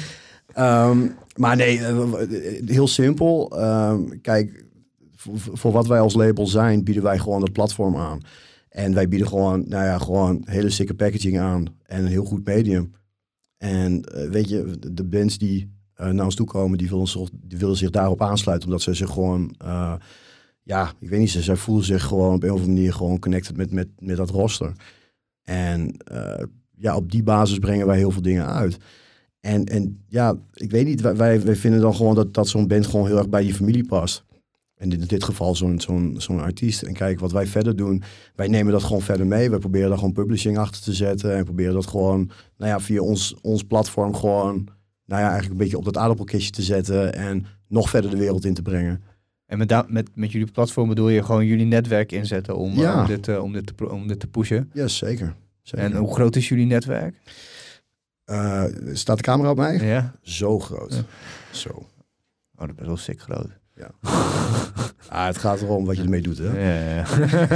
um, maar nee, uh, heel simpel. Um, kijk, voor, voor wat wij als label zijn, bieden wij gewoon dat platform aan. En wij bieden gewoon, nou ja, gewoon hele sikke packaging aan. En een heel goed medium. En uh, weet je, de bands die uh, naar ons toe komen, die willen, zich, die willen zich daarop aansluiten. Omdat ze zich gewoon, uh, ja, ik weet niet, ze, zij voelen zich gewoon op een of andere manier gewoon connected met, met, met dat roster. En uh, ja, op die basis brengen wij heel veel dingen uit. En, en ja, ik weet niet, wij, wij vinden dan gewoon dat, dat zo'n band gewoon heel erg bij die familie past. En in dit geval zo'n, zo'n, zo'n artiest. En kijk, wat wij verder doen, wij nemen dat gewoon verder mee. We proberen daar gewoon publishing achter te zetten. En proberen dat gewoon, nou ja, via ons, ons platform gewoon, nou ja, eigenlijk een beetje op dat aardappelkistje te zetten. En nog verder de wereld in te brengen. En met, da- met, met jullie platform bedoel je gewoon jullie netwerk inzetten om, Ja. uh, om, dit, uh, om, dit, te, pro- om dit te pushen? Ja, zeker. zeker. En hoe groot is jullie netwerk? Uh, staat de camera op mij? Ja. Zo groot. Ja. Zo. Oh, dat is best wel sick groot. Ja. ah, het gaat erom wat je ermee doet, hè? Ja, ja.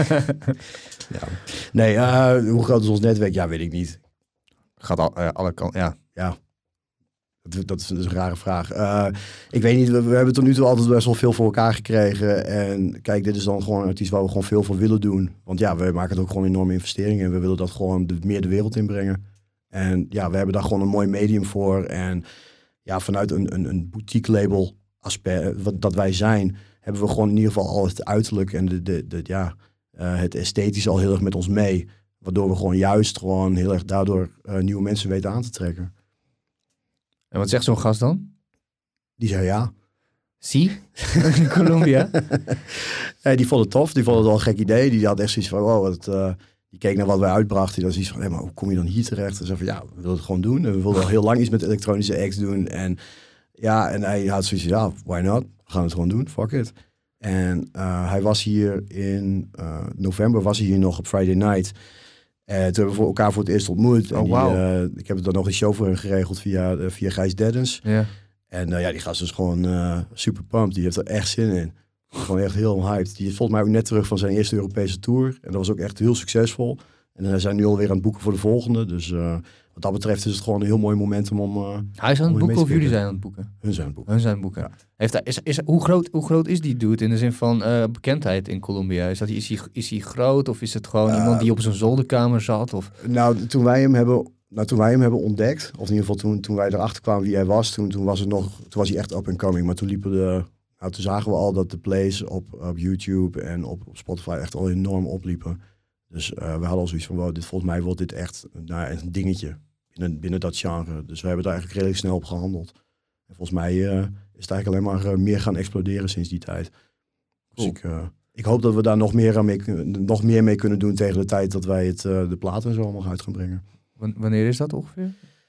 ja. Nee, uh, hoe groot is ons netwerk? Ja, weet ik niet. Gaat al, uh, alle kanten, ja. Ja. Dat, dat, is, dat is een rare vraag. Uh, ik weet niet, we, we hebben tot nu toe altijd best wel veel voor elkaar gekregen. En kijk, dit is dan gewoon een artiest waar we gewoon veel voor willen doen. Want ja, we maken het ook gewoon enorme investeringen. En we willen dat gewoon de, meer de wereld inbrengen. En ja, we hebben daar gewoon een mooi medium voor. En ja, vanuit een, een, een boutique label aspect, wat dat wij zijn, hebben we gewoon in ieder geval al het uiterlijk en de, de, de, ja, uh, het esthetisch al heel erg met ons mee. Waardoor we gewoon juist gewoon heel erg daardoor uh, nieuwe mensen weten aan te trekken. En wat zegt zo'n gast dan? Die zei ja. Zie? In Colombia? ja, die vond het tof. Die vond het wel een gek idee. Die had echt zoiets van, wow, wat, uh, die keek naar wat wij uitbrachten. Die had zoiets van, hé, maar hoe kom je dan hier terecht? En zei van, ja, we willen het gewoon doen. En we wilden al heel lang iets met elektronische acts doen. En ja, en hij had zoiets van, ja, why not? We gaan het gewoon doen, fuck it. En uh, hij was hier in uh, november, was hij hier nog op Friday Night. En toen hebben we voor elkaar voor het eerst ontmoet. Oh, en die, wow. uh, ik heb dan nog een show voor hem geregeld via, uh, via Gijs Deddens. Ja. En uh, ja, die gast is gewoon uh, super pumped. Die heeft er echt zin in. Gewoon echt heel hyped. Die is volgens mij ook net terug van zijn eerste Europese tour. En dat was ook echt heel succesvol. En we zijn nu alweer aan het boeken voor de volgende. Dus uh, wat dat betreft is het gewoon een heel mooi momentum om... Uh, Hij is aan het boeken of jullie zijn aan het boeken? Hun zijn aan het boeken. Hun zijn aan het boeken. Ja. Heeft hij, is, is, hoe, groot, hoe groot is die dude in de zin van uh, bekendheid in Colombia? Is, dat, is, hij, is hij groot of is het gewoon uh, iemand die op zijn zolderkamer zat? Of? Nou, toen wij hem hebben... Nou, toen wij hem hebben ontdekt, of in ieder geval toen, toen wij erachter kwamen wie hij was, toen, toen was het nog, toen was hij echt up and coming. Maar toen liepen de, nou, toen zagen we al dat de plays op, op YouTube en op, op Spotify echt al enorm opliepen. Dus uh, we hadden al zoiets van, wow, dit, volgens mij wordt dit echt nou, een dingetje binnen, binnen dat genre. Dus we hebben daar eigenlijk redelijk snel op gehandeld. En volgens mij uh, is het eigenlijk alleen maar uh, meer gaan exploderen sinds die tijd. Dus ik, uh, ik hoop dat we daar nog meer, aan mee, nog meer mee kunnen doen tegen de tijd dat wij het, uh, de platen en zo allemaal uit gaan brengen. Wanneer is dat ongeveer?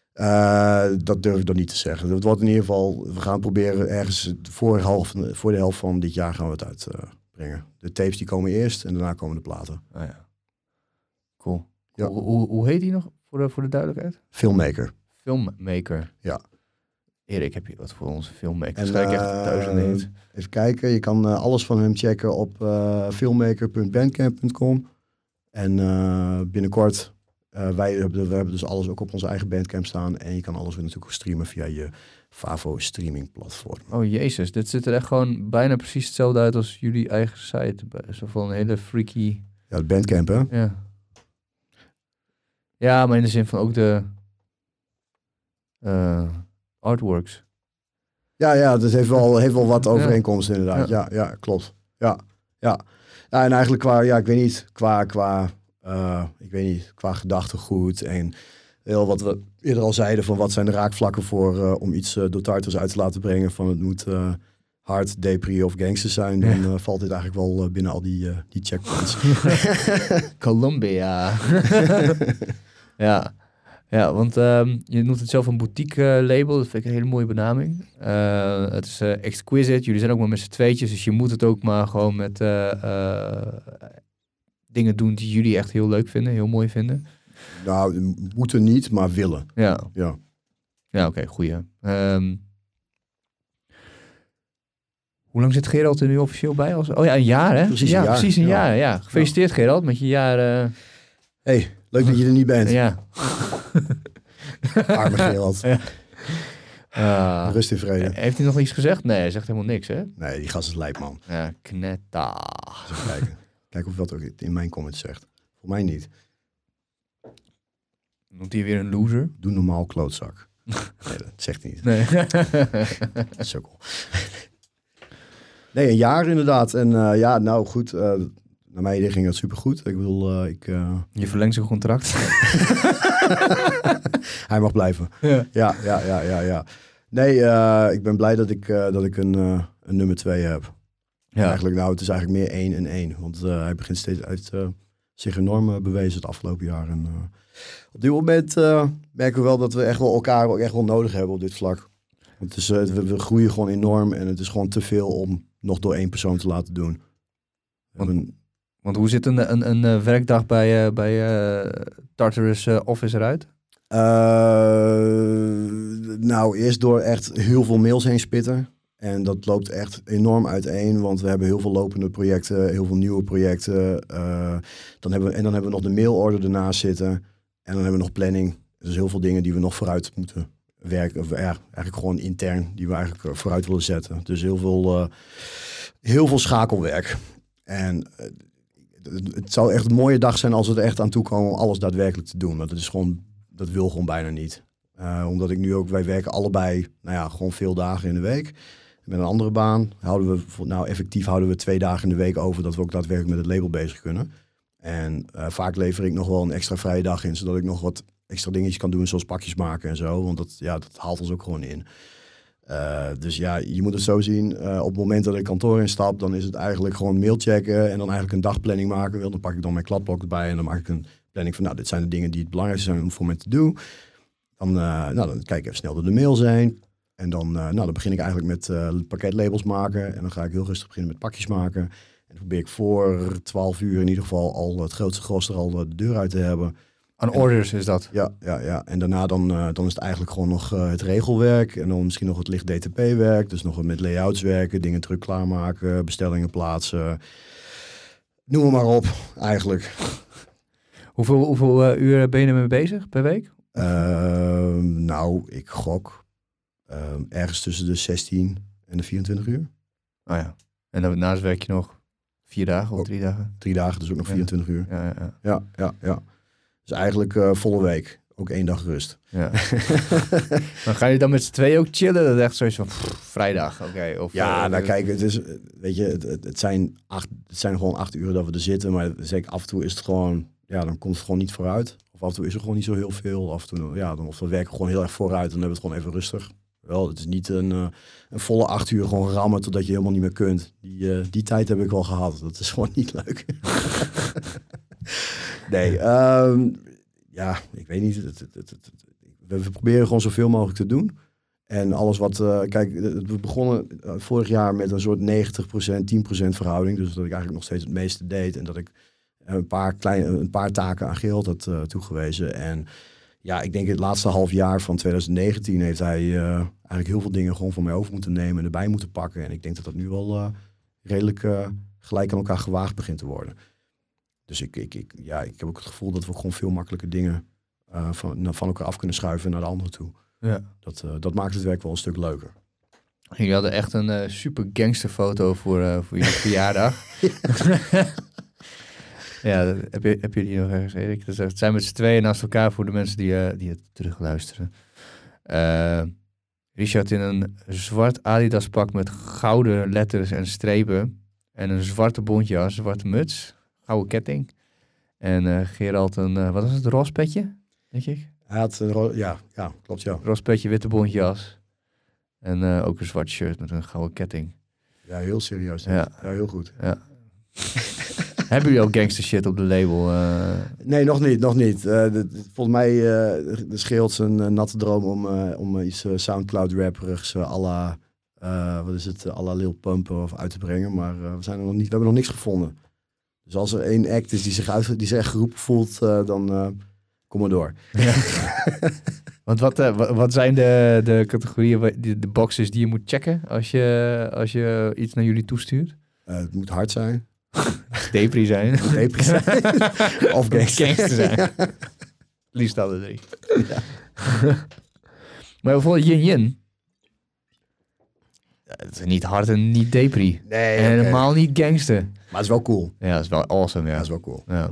Uh, dat durf ik dan niet te zeggen. Het wordt in ieder geval, we gaan proberen ergens voor, half, voor de helft van dit jaar gaan we het uitbrengen. Uh, de tapes die komen eerst en daarna komen de platen. Ah, ja. Cool. Ja. Hoe, hoe, hoe heet die nog voor de, voor de duidelijkheid? Filmmaker. Filmmaker. Ja. Erik, heb je wat voor onze filmmaker? En, Schrijf ik uh, echt duizend niet. Even kijken, je kan uh, alles van hem checken op uh, filmmaker punt bandcamp punt com. En uh, binnenkort... Uh, wij hebben, we hebben dus alles ook op onze eigen Bandcamp staan. En je kan alles weer natuurlijk streamen via je Favo streaming platform. Oh jezus, dit ziet er echt gewoon bijna precies hetzelfde uit als jullie eigen site. Zo van een hele freaky... Ja, de Bandcamp hè? Ja. Ja, maar in de zin van ook de uh, artworks. Ja, ja, dat heeft wel, heeft wel wat overeenkomsten ja. inderdaad. Ja. ja, ja, klopt. Ja, ja. Ja, en eigenlijk qua, ja, ik weet niet, qua... qua Uh, ik weet niet, qua gedachtegoed en heel wat we eerder al zeiden van wat zijn de raakvlakken voor uh, om iets uh, door Tartars uit te laten brengen van het moet uh, hard, depri of gangsters zijn, dan uh, valt dit eigenlijk wel uh, binnen al die, uh, die checkpoints. Colombia. ja. ja, want um, je noemt het zelf een boutique uh, label, dat vind ik een hele mooie benaming. Uh, het is uh, exquisite, jullie zijn ook maar met z'n tweetjes, dus je moet het ook maar gewoon met... Uh, uh, dingen doen die jullie echt heel leuk vinden, heel mooi vinden? Nou, moeten niet, maar willen. Ja. Ja, ja oké, okay, goeie. Um, hoe lang zit Gerald er nu officieel bij? Als... Oh ja, een jaar hè? Precies ja, een jaar. Precies een ja. jaar, ja. Gefeliciteerd ja. Gerald met je jaar... Uh... Hey, leuk dat je er niet bent. Ja. Arme Gerald. Ja. Uh, Rust in vrede. Heeft hij nog iets gezegd? Nee, hij zegt helemaal niks hè? Nee, die gast is lijp man. Ja, knetta. Even kijken. Kijk of dat ook in mijn comments zegt. Voor mij niet. Noemt hij weer een loser? Doe normaal, klootzak. Nee, dat zegt hij niet. Nee. Sukkel. Nee, een jaar inderdaad. En uh, ja, nou goed. Uh, naar mijn idee ging dat supergoed. Ik bedoel, uh, ik... Uh... Je verlengt zijn contract. Hij mag blijven. Ja. Ja, ja, ja, ja, ja. Nee, uh, ik ben blij dat ik, uh, dat ik een, uh, een nummer twee heb. Ja. Eigenlijk, nou, het is eigenlijk meer één en één. Want uh, hij begint steeds uit uh, zich enorm uh, bewezen het afgelopen jaar. En, uh, op dit moment uh, merken we wel dat we echt wel elkaar ook echt wel nodig hebben op dit vlak. Want het is, uh, we, we groeien gewoon enorm en het is gewoon te veel om nog door één persoon te laten doen. Want, een, want hoe ziet een, een, een werkdag bij, uh, bij uh, Tartarus uh, Office eruit? Uh, nou, eerst door echt heel veel mails heen spitten. En dat loopt echt enorm uiteen, want we hebben heel veel lopende projecten, heel veel nieuwe projecten. Uh, dan hebben we, en dan hebben we nog de mailorder ernaast zitten. En dan hebben we nog planning. Dus heel veel dingen die we nog vooruit moeten werken. Of, ja, eigenlijk gewoon intern, die we eigenlijk vooruit willen zetten. Dus heel veel, uh, heel veel schakelwerk. En uh, het, het zou echt een mooie dag zijn als we er echt aan toe komen om alles daadwerkelijk te doen. Want het is gewoon, dat wil gewoon bijna niet. Uh, omdat ik nu ook, wij werken allebei, nou ja, gewoon veel dagen in de week. Met een andere baan houden we, nou effectief houden we twee dagen in de week over dat we ook daadwerkelijk met het label bezig kunnen. En uh, vaak lever ik nog wel een extra vrije dag in, zodat ik nog wat extra dingetjes kan doen, zoals pakjes maken en zo. Want dat, ja, dat haalt ons ook gewoon in. Uh, dus ja, je moet het zo zien. Uh, op het moment dat ik kantoor instap, dan is het eigenlijk gewoon mail checken en dan eigenlijk een dagplanning maken. Dan pak ik dan mijn kladblok erbij en dan maak ik een planning van, nou, dit zijn de dingen die het belangrijkste zijn om voor me te doen. Dan, uh, nou, dan kijk ik even snel door de mails heen. En dan, uh, nou, dan begin ik eigenlijk met uh, pakketlabels maken. En dan ga ik heel rustig beginnen met pakjes maken. En dan probeer ik voor twaalf uur in ieder geval al het grootste gros er al de deur uit te hebben. Aan orders is dat? Ja, ja, ja. En daarna dan, uh, dan is het eigenlijk gewoon nog uh, het regelwerk. En dan misschien nog het licht D T P-werk. Dus nog met layouts werken, dingen terug klaarmaken, bestellingen plaatsen. Noem maar op, eigenlijk. Hoeveel, hoeveel uh, uur ben je ermee bezig per week? Uh, nou, ik gok uh, ergens tussen de zestien en de vierentwintig uur. Oh ja. En dan daarnaast werk je nog vier dagen of ook drie dagen? Drie dagen, dus ook nog vierentwintig ja. uur. Ja, ja, ja. ja, ja, ja. Dus eigenlijk uh, volle week. Ook één dag rust. Ja. Dan ga je dan met z'n tweeën ook chillen? Dat is echt zoiets van pff, vrijdag, oké. Okay. Of ja, uh, nou kijk, het is, weet je, het, het, het, zijn acht, het zijn gewoon acht uur dat we er zitten. Maar zeker af en toe is het gewoon, ja, dan komt het gewoon niet vooruit. Of af en toe is er gewoon niet zo heel veel. Af en toe, ja, dan, of we werken gewoon heel erg vooruit en dan hebben we het gewoon even rustig. Wel, het is niet een, uh, een volle acht uur gewoon rammen totdat je helemaal niet meer kunt. Die, uh, die tijd heb ik wel gehad. Dat is gewoon niet leuk. nee, um, ja, ik weet niet. Het, het, het, het, we, we proberen gewoon zoveel mogelijk te doen. En alles wat, uh, kijk, we begonnen uh, vorig jaar met een soort negentig procent, tien procent verhouding. Dus dat ik eigenlijk nog steeds het meeste deed. En dat ik een paar, kleine, een paar taken aan Gerald had uh, toegewezen. En ja, ik denk het laatste half jaar van twintig negentien heeft hij uh, eigenlijk heel veel dingen gewoon van mij over moeten nemen en erbij moeten pakken. En ik denk dat dat nu wel uh, redelijk uh, gelijk aan elkaar gewaagd begint te worden. Dus ik, ik, ik, ja, ik heb ook het gevoel dat we gewoon veel makkelijker dingen uh, van, van elkaar af kunnen schuiven naar de andere toe. Ja. Dat, uh, dat maakt het werk wel een stuk leuker. Jullie hadden echt een uh, super gangsterfoto voor, uh, voor je verjaardag. Ja, dat, heb, je, heb je die nog ergens, Erik? Dus het zijn met z'n tweeën naast elkaar voor de mensen die, uh, die het terugluisteren. Uh, Richard in een zwart Adidas pak met gouden letters en strepen. En een zwarte bontjas, een zwarte muts, gouden ketting. En uh, Gerald een, uh, wat is het, roze petje, denk ik? Hij had een ro- ja, ja, klopt, ja. Roze petje, witte bontjas. En uh, ook een zwart shirt met een gouden ketting. Ja, heel serieus. Ja, ja heel goed. Ja. Hebben jullie ook gangster shit op de label? Uh... Nee, nog niet, nog niet. Uh, de, de, volgens mij uh, scheelt zijn uh, natte droom om, uh, om uh, iets uh, Soundcloud rapperigs uh, à la, uh, wat is het, à la Lil Pump of uit te brengen. Maar uh, we, zijn er nog niet, we hebben nog niks gevonden. Dus als er één act is die zich, uit, die zich echt geroepen voelt, uh, dan uh, kom maar door. Ja. Want wat, uh, wat zijn de, de categorieën, de, de boxes die je moet checken als je, als je iets naar jullie toestuurt? Uh, het moet hard zijn. Depri zijn. Depri zijn. Of gangster. gangster zijn. Liefst alle drie. Ja. Maar bijvoorbeeld Yin Yin. Het is niet hard en niet Depri. Nee, en okay. helemaal niet gangster. Maar het is wel cool. Ja, het is wel awesome. Ja, dat is wel cool. Ja.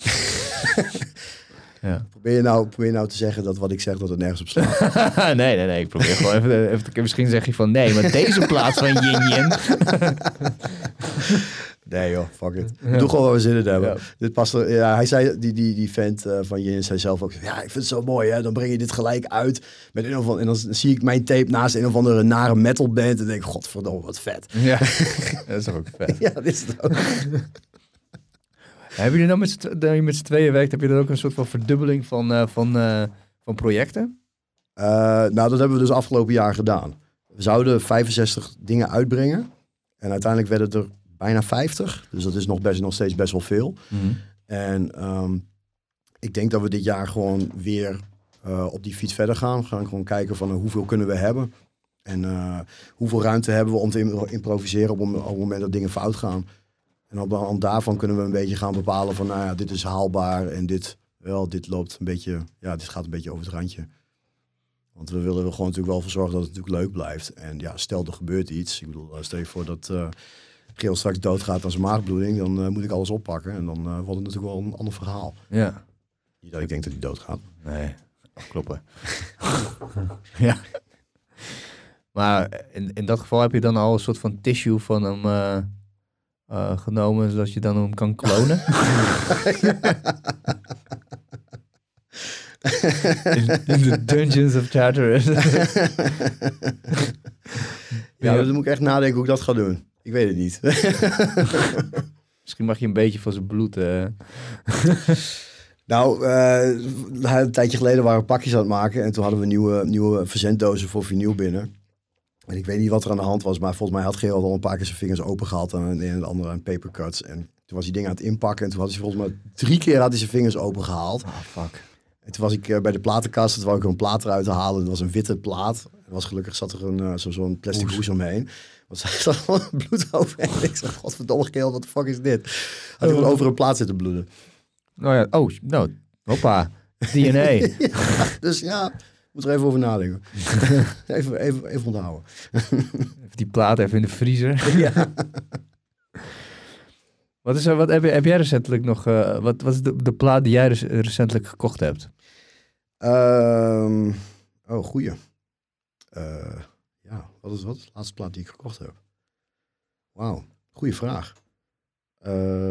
Ja. Probeer, je nou, probeer je nou te zeggen dat wat ik zeg dat het nergens op slaat? nee, nee, nee. Ik probeer gewoon even, even... Misschien zeg je van nee, maar deze plaats van Yin Yin. Nee joh, fuck it. Ja. Doe gewoon wat we zin in hebben. Ja. Dit past er, ja, hij zei, die, die, die vent uh, van Jens zei zelf ook, ja, ik vind het zo mooi, hè. Dan breng je dit gelijk uit. Met een of andere, en dan zie ik mijn tape naast een of andere nare metalband. En denk ik, godverdomme, wat vet. Ja, dat is ook vet. Ja, dat is het ook. Hebben jullie nou met z'n, met z'n tweeën werkt, heb je dan ook een soort van verdubbeling van, uh, van, uh, van projecten? Uh, nou, dat hebben we dus afgelopen jaar gedaan. We zouden vijfenzestig dingen uitbrengen. En uiteindelijk werden het er bijna vijftig. Dus dat is nog, best, nog steeds best wel veel. Mm-hmm. En um, ik denk dat we dit jaar gewoon weer uh, op die fiets verder gaan. We gaan gewoon kijken van uh, hoeveel kunnen we hebben. En uh, hoeveel ruimte hebben we om te improviseren op, op het moment dat dingen fout gaan. En op de hand daarvan kunnen we een beetje gaan bepalen van, nou ja, dit is haalbaar en dit, wel, dit loopt een beetje, ja, dit gaat een beetje over het randje. Want we willen er gewoon natuurlijk wel voor zorgen dat het natuurlijk leuk blijft. En ja, stel er gebeurt iets. Ik bedoel, stel je voor dat uh, Geel straks doodgaat aan zijn maagbloeding, dan uh, moet ik alles oppakken. En dan uh, wordt het natuurlijk wel een ander verhaal. Ja. Niet dat ik denk dat hij doodgaat. Nee, afkloppen. Ja. Maar in, in dat geval heb je dan al een soort van tissue van hem uh, uh, genomen, zodat je dan hem kan klonen. in, in the Dungeons of Tartarus. Ja, dan moet ik echt nadenken hoe ik dat ga doen. Ik weet het niet. Misschien mag je een beetje van zijn bloed... Uh... Nou, uh, een tijdje geleden waren we pakjes aan het maken. En toen hadden we nieuwe, nieuwe verzenddozen voor vinyl binnen. En ik weet niet wat er aan de hand was. Maar volgens mij had Gerald al een paar keer zijn vingers open gehaald. En een en het andere aan papercuts. En toen was hij dingen aan het inpakken. En toen had hij volgens mij drie keer had hij zijn vingers open gehaald. Oh, fuck. En toen was ik uh, bij de platenkast. Toen wou ik er een plaat eruit halen. Het was een witte plaat. Er was gelukkig zat er een, uh, zo, zo'n plastic hoes omheen. Want er zat gewoon bloed overheen. En ik zei, godverdomme Gerald, wat de fuck is dit? Had hij gewoon over een plaat zitten bloeden. Nou ja, oh, nou, hoppa, D N A. Ja, dus ja, moet er even over nadenken. even, even, even onthouden. Even die plaat even in de vriezer. Ja. Wat, is er, wat heb, je, heb jij recentelijk nog, uh, wat, wat is de, de plaat die jij recentelijk gekocht hebt? Um, oh, goeie. Uh, ja, wat is wat? De laatste plaat die ik gekocht heb. Wauw, goeie vraag. Uh,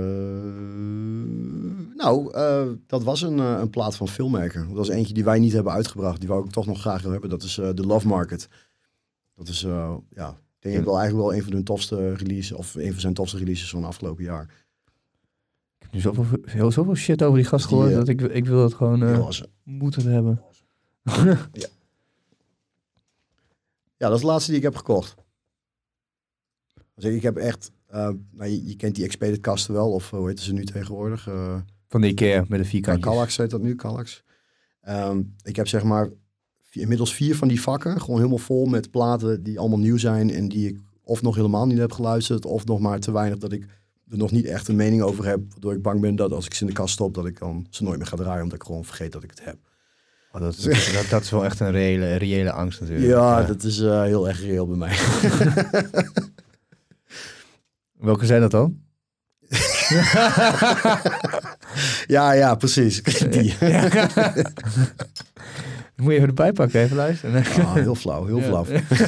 nou, uh, dat was een, uh, een plaat van Filmmaker. Dat was eentje die wij niet hebben uitgebracht. Die wou ik toch nog graag hebben. Dat is uh, The Love Market. Dat is, uh, ja, ik denk ik wel eigenlijk wel een van hun tofste releases, of een van zijn tofste releases van het afgelopen jaar. Ik heb nu zoveel, heel, zoveel shit over die gast gehoord, uh, dat ik, ik wil het gewoon uh, moeten hebben. Ja. Ja, dat is de laatste die ik heb gekocht. Dus ik heb echt... Uh, nou, je, je kent die Expedit kasten wel, of hoe heet ze nu tegenwoordig? Uh, Van de Ikea met de vierkantjes. Uh, Kallax heet dat nu, Kallax. Um, ik heb zeg maar vier, inmiddels vier van die vakken, gewoon helemaal vol met platen die allemaal nieuw zijn en die ik of nog helemaal niet heb geluisterd, of nog maar te weinig dat ik er nog niet echt een mening over heb, waardoor ik bang ben dat als ik ze in de kast stop, dat ik dan ze nooit meer ga draaien, omdat ik gewoon vergeet dat ik het heb. Oh, dat, is, dat, dat is wel echt een reële, reële angst natuurlijk. Ja, ja. Dat is uh, heel erg reëel bij mij. Welke zijn dat dan? ja, ja, precies. Die. Ja. Moet je even erbij pakken, even luisteren. Oh, heel flauw, heel ja. flauw.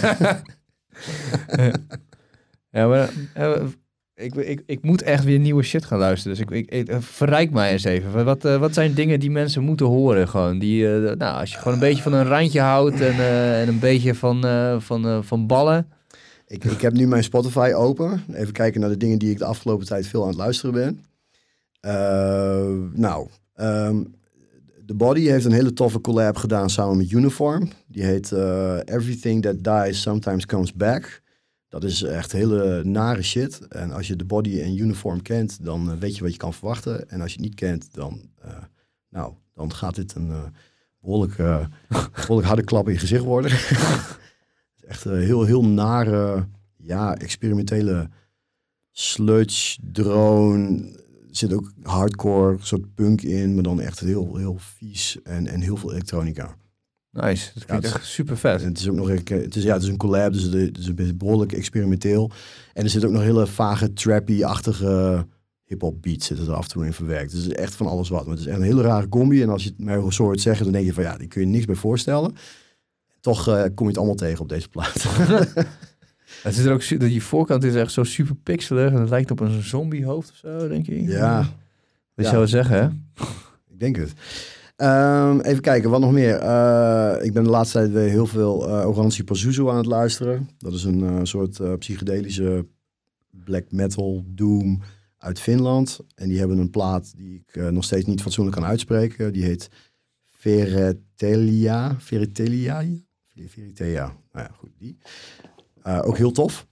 Ja, maar uh, ik, ik, ik moet echt weer nieuwe shit gaan luisteren. Dus ik, ik, ik verrijk mij eens even. Wat, uh, wat zijn dingen die mensen moeten horen? Gewoon die, uh, nou, als je gewoon een beetje van een randje houdt en, uh, en een beetje van, uh, van, uh, van ballen. Ik, ik heb nu mijn Spotify open. Even kijken naar de dingen die ik de afgelopen tijd veel aan het luisteren ben. Uh, nou, um, The Body heeft een hele toffe collab gedaan samen met Uniform. Die heet uh, Everything That Dies Sometimes Comes Back. Dat is echt hele nare shit. En als je The Body en Uniform kent, dan uh, weet je wat je kan verwachten. En als je het niet kent, dan, uh, nou, dan gaat dit een uh, behoorlijk, uh, behoorlijk harde klap in je gezicht worden. Echt een heel, heel nare, ja, experimentele sludge, drone. Er zit ook hardcore, soort punk in, maar dan echt heel, heel vies en, en heel veel elektronica. Nice, dat klinkt ja, echt super vet. Het is ook nog het is, ja, het is een collab, dus het is een behoorlijk experimenteel. En er zit ook nog hele vage, trappy-achtige hip-hop beats zitten er af en toe in verwerkt. Dus het is echt van alles wat. Maar het is echt een hele rare combi. En als je het mij zo hoort zeggen, dan denk je van ja, die kun je niks bij voorstellen. Toch uh, kom je het allemaal tegen op deze plaat. Het is er ook su- die voorkant is echt zo super pixelig en het lijkt op een zombiehoofd of zo, denk je? Ja. Wat Ja. zou je zeggen, hè? Ik denk het. Um, even kijken, wat nog meer? Uh, ik ben de laatste tijd weer heel veel uh, Oranzi Pazuzu aan het luisteren. Dat is een uh, soort uh, psychedelische black metal doom uit Finland. En die hebben een plaat die ik uh, nog steeds niet fatsoenlijk kan uitspreken. Die heet Veritelia. Veritelia? Veritelia. Nou ja, goed, die. Uh, ook heel tof.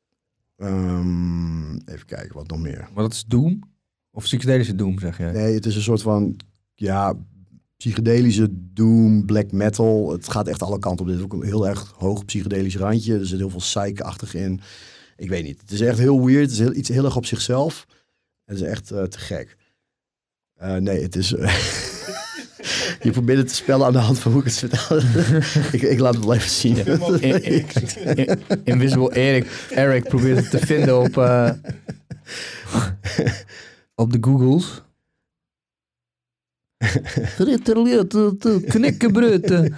Um, even kijken, wat nog meer. Maar dat is Doom? Of psychedelische Doom, zeg jij? Nee, het is een soort van, ja, psychedelische doom, black metal. Het gaat echt alle kanten op. Dit is ook een heel erg hoog psychedelisch randje. Er zit heel veel psych-achtig in. Ik weet niet. Het is echt heel weird. Het is heel, iets heel erg op zichzelf. Het is echt uh, te gek. Uh, nee, het is... Uh, je probeert het te spellen aan de hand van hoe ik het vertel. ik, ik laat het wel even zien. Ja. In, in, in, Invisible Eric, Eric probeert het te vinden op, uh, op de Googles. Knikkenbrut.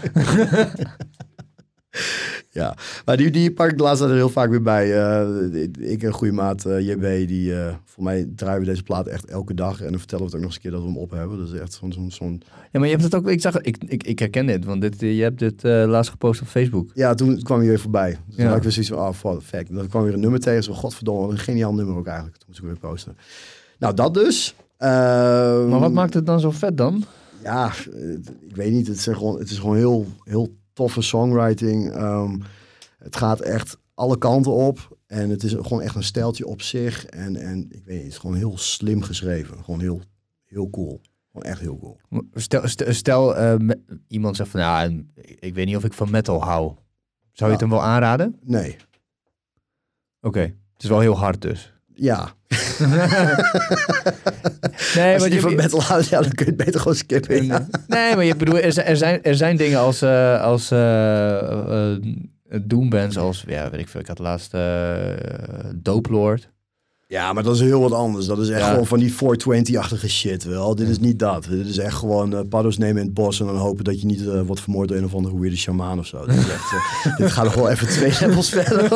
Ja, maar die, die pak ik laatst er heel vaak weer bij. Uh, ik en goede maat uh, J B, die uh, voor mij draaien we deze plaat echt elke dag. En dan vertellen we het ook nog eens een keer dat we hem op hebben. Dat is echt zo'n... zo'n, zo'n... Ja, maar je hebt het ook... Ik zag ik, ik, ik herken dit, want dit, je hebt dit uh, laatst gepost op Facebook. Ja, toen kwam hij weer voorbij. Dus ja. toen had ik weer zoiets van, oh, what the fuck. Dan kwam weer een nummer tegen. Zo, godverdomme, wat een geniaal nummer ook eigenlijk. Toen moest ik weer posten. Nou, dat dus. Uh, maar wat maakt het dan zo vet dan? Ja, ik weet niet. Het is gewoon, het is gewoon heel, heel toffe songwriting. Um, het gaat echt alle kanten op. En het is gewoon echt een stijltje op zich. En, en ik weet niet, het is gewoon heel slim geschreven. Gewoon heel, heel cool. Gewoon echt heel cool. Stel, stel, stel uh, me, iemand zegt van, ja, nou, ik weet niet of ik van metal hou. Zou je ja. het hem wel aanraden? Nee. Oké, okay. Het is wel heel hard dus. Ja. Nee, als je je van metal houdt, ja, dan kun je het beter gewoon skippen. Ja. Nee, maar je bedoel, er zijn, er zijn, er zijn dingen als, uh, als uh, uh, doombands als, ja, weet ik veel, ik had laatst uh, Dope Lord. Ja, maar dat is heel wat anders. Dat is echt ja. gewoon van die vierhonderdtwintig-achtige shit, wel. Dit is niet dat. Dit is echt gewoon uh, paddo's nemen in het bos en dan hopen dat je niet uh, wordt vermoord door een of andere weirde shamaan of zo. Dit, is echt, uh, dit gaat nog wel even twee levels verder.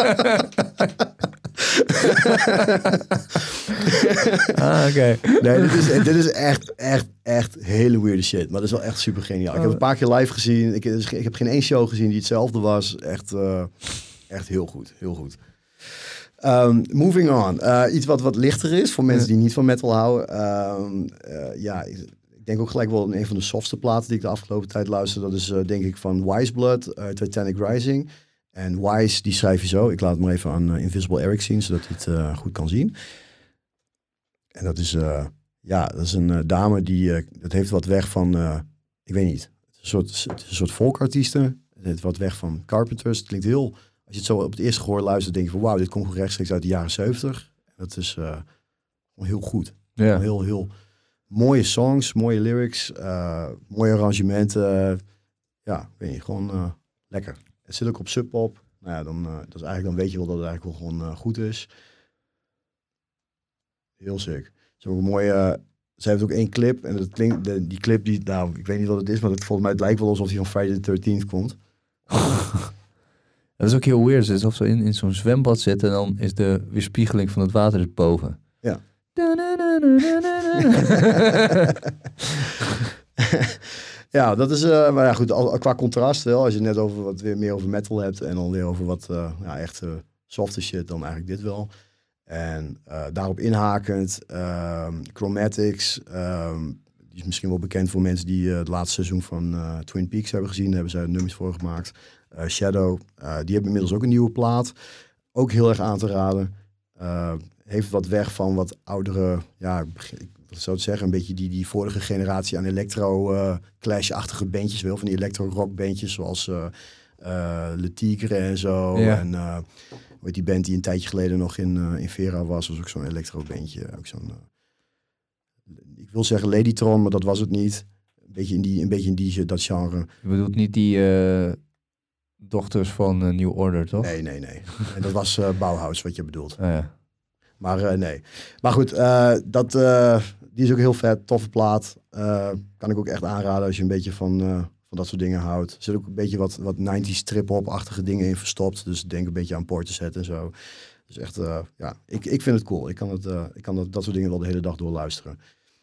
ah, oké. Okay. Nee, dit is, dit is echt, echt, echt hele weirde shit. Maar dat is wel echt super geniaal. Ik heb een paar keer live gezien. Ik, ik heb geen één show gezien die hetzelfde was. Echt, uh, echt heel goed. Heel goed. Um, moving on. Uh, iets wat wat lichter is voor mensen die niet van metal houden. Um, uh, ja, ik, ik denk ook gelijk wel een van de softste platen die ik de afgelopen tijd luister. Dat is uh, denk ik van Wise Blood, uh, Titanic Rising. En Wise, die schrijf je zo. Ik laat het maar even aan uh, Invisible Eric zien, zodat hij het uh, goed kan zien. En dat is, uh, ja, dat is een uh, dame die, uh, dat heeft wat weg van, uh, ik weet niet, het is een soort, het is een soort folkartiesten. Het heeft wat weg van Carpenters. Het klinkt heel, als je het zo op het eerste gehoor luistert, denk je van wauw, dit komt rechtstreeks uit de jaren zeventig. Dat is uh, heel goed. Ja. Heel, heel mooie songs, mooie lyrics, uh, mooie arrangementen. Uh, ja, ik weet niet, gewoon uh, lekker. Het zit ook op Sub Pop. Nou ja, dan, uh, dat is eigenlijk, dan weet je wel dat het eigenlijk wel gewoon uh, goed is. Heel sick. Ze heeft ook een mooie. Uh, ze heeft ook één clip en dat klinkt, de, die clip die, nou, ik weet niet wat het is, maar het, volgens mij het lijkt wel alsof hij van Friday the thirteenth komt. Dat is ook heel weird. Alsof ze in, in zo'n zwembad zitten en dan is de weerspiegeling van het water is boven. Ja. Ja, dat is, uh, maar ja goed, al, qua contrast wel. Als je net over wat weer meer over metal hebt en dan weer over wat uh, ja, echt uh, softe shit, dan eigenlijk dit wel. En uh, daarop inhakend, uh, Chromatics, uh, die is misschien wel bekend voor mensen die uh, het laatste seizoen van uh, Twin Peaks hebben gezien. Daar hebben zij nummers voor gemaakt. Uh, Shadow, uh, die hebben inmiddels ook een nieuwe plaat. Ook heel erg aan te raden. Uh, heeft wat weg van wat oudere, ja, wat zou ik zeggen, een beetje die, die vorige generatie aan electro-clash-achtige uh, bandjes wil. Van die electro-rock-bandjes zoals uh, uh, Le Tigre en zo. Ja. En uh, hoe heet die band die een tijdje geleden nog in, uh, in Vera was, was ook zo'n electro-bandje. Ook zo'n, uh, ik wil zeggen Ladytron, maar dat was het niet. Een beetje in die, een beetje in die dat genre. Je bedoelt niet die uh, dochters van uh, New Order, toch? Nee, nee, nee. En dat was uh, Bauhaus, wat je bedoelt. Ah, ja. Maar uh, nee. Maar goed, uh, dat, uh, die is ook heel vet. Toffe plaat. Uh, kan ik ook echt aanraden als je een beetje van, uh, van dat soort dingen houdt. Er zit ook een beetje wat, wat nineties trip-hop-achtige dingen in verstopt. Dus denk een beetje aan Portishead en zo. Dus echt, uh, ja, ik, ik vind het cool. Ik kan, het, uh, ik kan dat, dat soort dingen wel de hele dag door luisteren.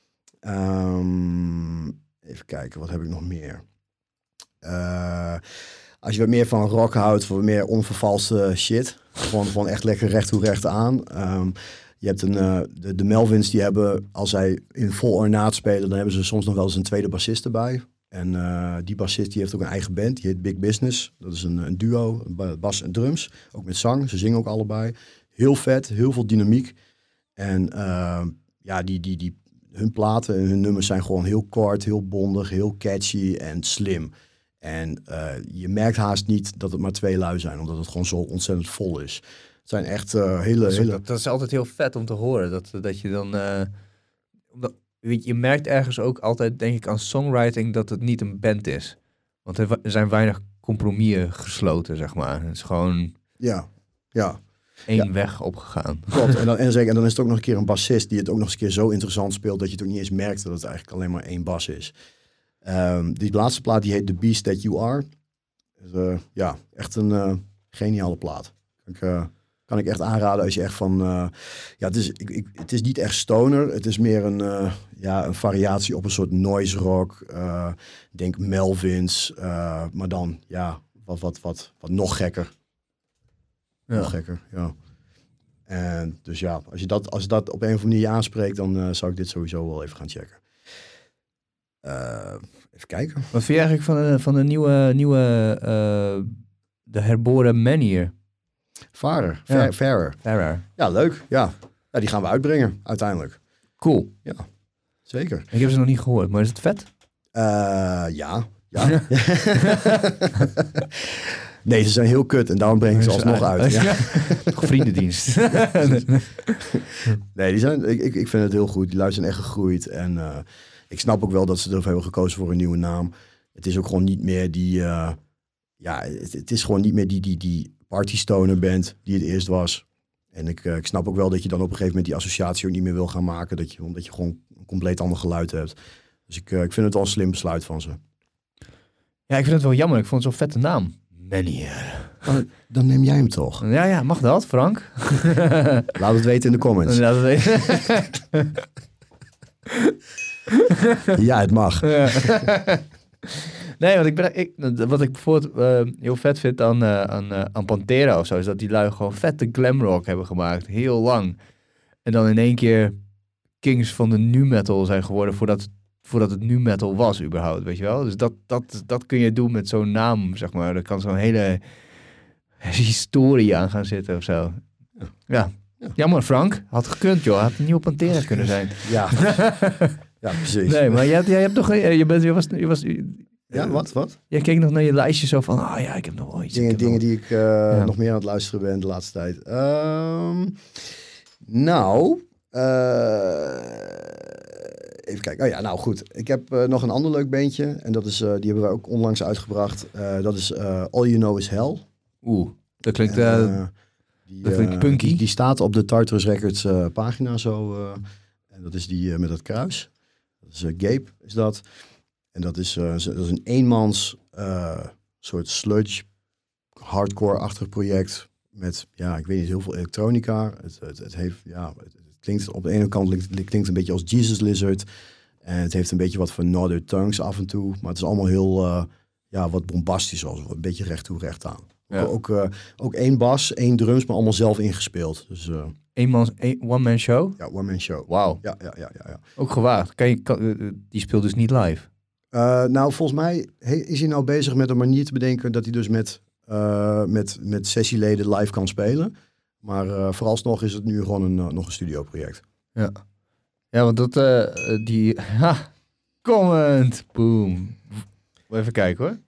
Um, even kijken, wat heb ik nog meer? Uh, als je wat meer van rock houdt, voor meer onvervalste shit. Gewoon, gewoon echt lekker recht toe recht aan. Um, je hebt een, uh, de, de Melvins, die hebben, als zij in vol ornaat spelen, dan hebben ze soms nog wel eens een tweede bassist erbij. En uh, die bassist die heeft ook een eigen band, die heet Big Business. Dat is een, een duo, bas en drums, ook met zang. Ze zingen ook allebei. Heel vet, heel veel dynamiek. En uh, ja, die, die, die, hun platen en hun nummers zijn gewoon heel kort, heel bondig, heel catchy en slim. En uh, je merkt haast niet dat het maar twee lui zijn, omdat het gewoon zo ontzettend vol is. Het zijn echt uh, hele... Dat is, hele... dat, dat is altijd heel vet om te horen. Dat, dat je dan... Uh, omdat, weet je, je merkt ergens ook altijd, denk ik, aan songwriting dat het niet een band is. Want er zijn weinig compromissen gesloten, zeg maar. Het is gewoon... Ja, ja. één ja. weg opgegaan. Klopt. En dan, en, zeker, en dan is het ook nog een keer een bassist die het ook nog eens een keer zo interessant speelt dat je het ook niet eens merkt dat het eigenlijk alleen maar één bas is. Um, die laatste plaat die heet The Beast That You Are. Dus, uh, ja, echt een uh, geniale plaat. Kan ik, uh, kan ik echt aanraden als je echt van... Uh, ja, het is, ik, ik, het is niet echt stoner. Het is meer een, uh, ja, een variatie op een soort noise rock. Uh, denk Melvins. Uh, maar dan, ja, wat, wat, wat, wat nog gekker. Ja. Nog gekker, ja. En dus ja, als je dat, als je dat op een of andere manier aanspreekt, dan uh, zou ik dit sowieso wel even gaan checken. Uh, even kijken. Wat vind je eigenlijk van de, van de nieuwe, nieuwe uh, de herboren manier? Fairer, ja. Fairer. Fairer. Ja, leuk. Ja. ja, die gaan we uitbrengen uiteindelijk. Cool. Ja, zeker. Ik heb ze nog niet gehoord, maar is het vet? Uh, ja, ja. Nee, ze zijn heel kut en daarom breng ik ze alsnog uit. Ja. Vriendendienst. Nee, die zijn, ik, ik vind het heel goed. Die lui zijn echt gegroeid. En uh, ik snap ook wel dat ze ervoor hebben gekozen voor een nieuwe naam. Het is ook gewoon niet meer die... Uh, ja, het, het is gewoon niet meer die, die, die partystoner band die het eerst was. En ik, uh, ik snap ook wel dat je dan op een gegeven moment die associatie ook niet meer wil gaan maken. Dat je, omdat je gewoon een compleet ander geluid hebt. Dus ik, uh, ik vind het wel een slim besluit van ze. Ja, ik vind het wel jammer. Ik vond het zo'n vette naam. Manier. Oh, dan neem jij hem toch? Ja, ja, mag dat, Frank? Laat het weten in de comments. Laat het weten. Ja, het mag. Ja. Nee, want ik ben, ik, wat ik bijvoorbeeld uh, heel vet vind aan, uh, aan, uh, aan Pantera of zo, is dat die lui gewoon vette glamrock hebben gemaakt. Heel lang. En dan in één keer kings van de nu metal zijn geworden voordat, voordat het nu metal was überhaupt, weet je wel. Dus dat, dat, dat kun je doen met zo'n naam, zeg maar. Er kan zo'n hele historie aan gaan zitten of zo. Ja. Ja. Ja. Jammer, Frank. Had gekund, joh. Had een nieuwe Pantera kunnen zijn. Ja. Ja, precies. Nee, maar jij, jij hebt toch... Je, bent, je was... Je was ja, wat? wat? Jij keek nog naar je lijstje zo van... Ah oh, ja, ik heb nog wel iets. Dingen, dingen nog... die ik uh, ja. nog meer aan het luisteren ben de laatste tijd. Um, nou... Uh, even kijken. Oh ja, nou goed. Ik heb uh, nog een ander leuk beentje. En dat is... Uh, die hebben we ook onlangs uitgebracht. Uh, dat is uh, All You Know Is Hell. Oeh, dat klinkt... Uh, uh, die, dat klinkt uh, punky. Die, die staat op de Tartarus Records uh, pagina zo. Uh, en dat is die uh, met het kruis. Dat is uh, Gabe, is dat. En dat is, uh, dat is een eenmans uh, soort sludge, hardcore-achtig project. Met, ja, ik weet niet, heel veel elektronica. Het, het, het heeft, ja, het, het klinkt op de ene kant klinkt, het klinkt een beetje als Jesus Lizard. En het heeft een beetje wat van Northern Tongues af en toe. Maar het is allemaal heel, uh, ja, wat bombastisch. Als een beetje recht toe, recht aan. Ja. Ook, uh, ook één bas, één drums, maar allemaal zelf ingespeeld. Dus, uh, Eenmans, een, one-man show? Ja, one-man show. Wauw. Ja, ja, ja, ja, ja. Ook gewaagd. Kan je, kan, die speelt dus niet live? Uh, nou, volgens mij is hij nou bezig met een manier te bedenken dat hij dus met, uh, met, met sessieleden live kan spelen. Maar uh, vooralsnog is het nu gewoon een, uh, nog een studioproject. Ja. Ja, want dat, uh, die, ha, comment, boom. Even kijken hoor.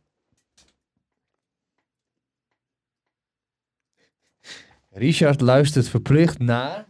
Richard luistert verplicht naar...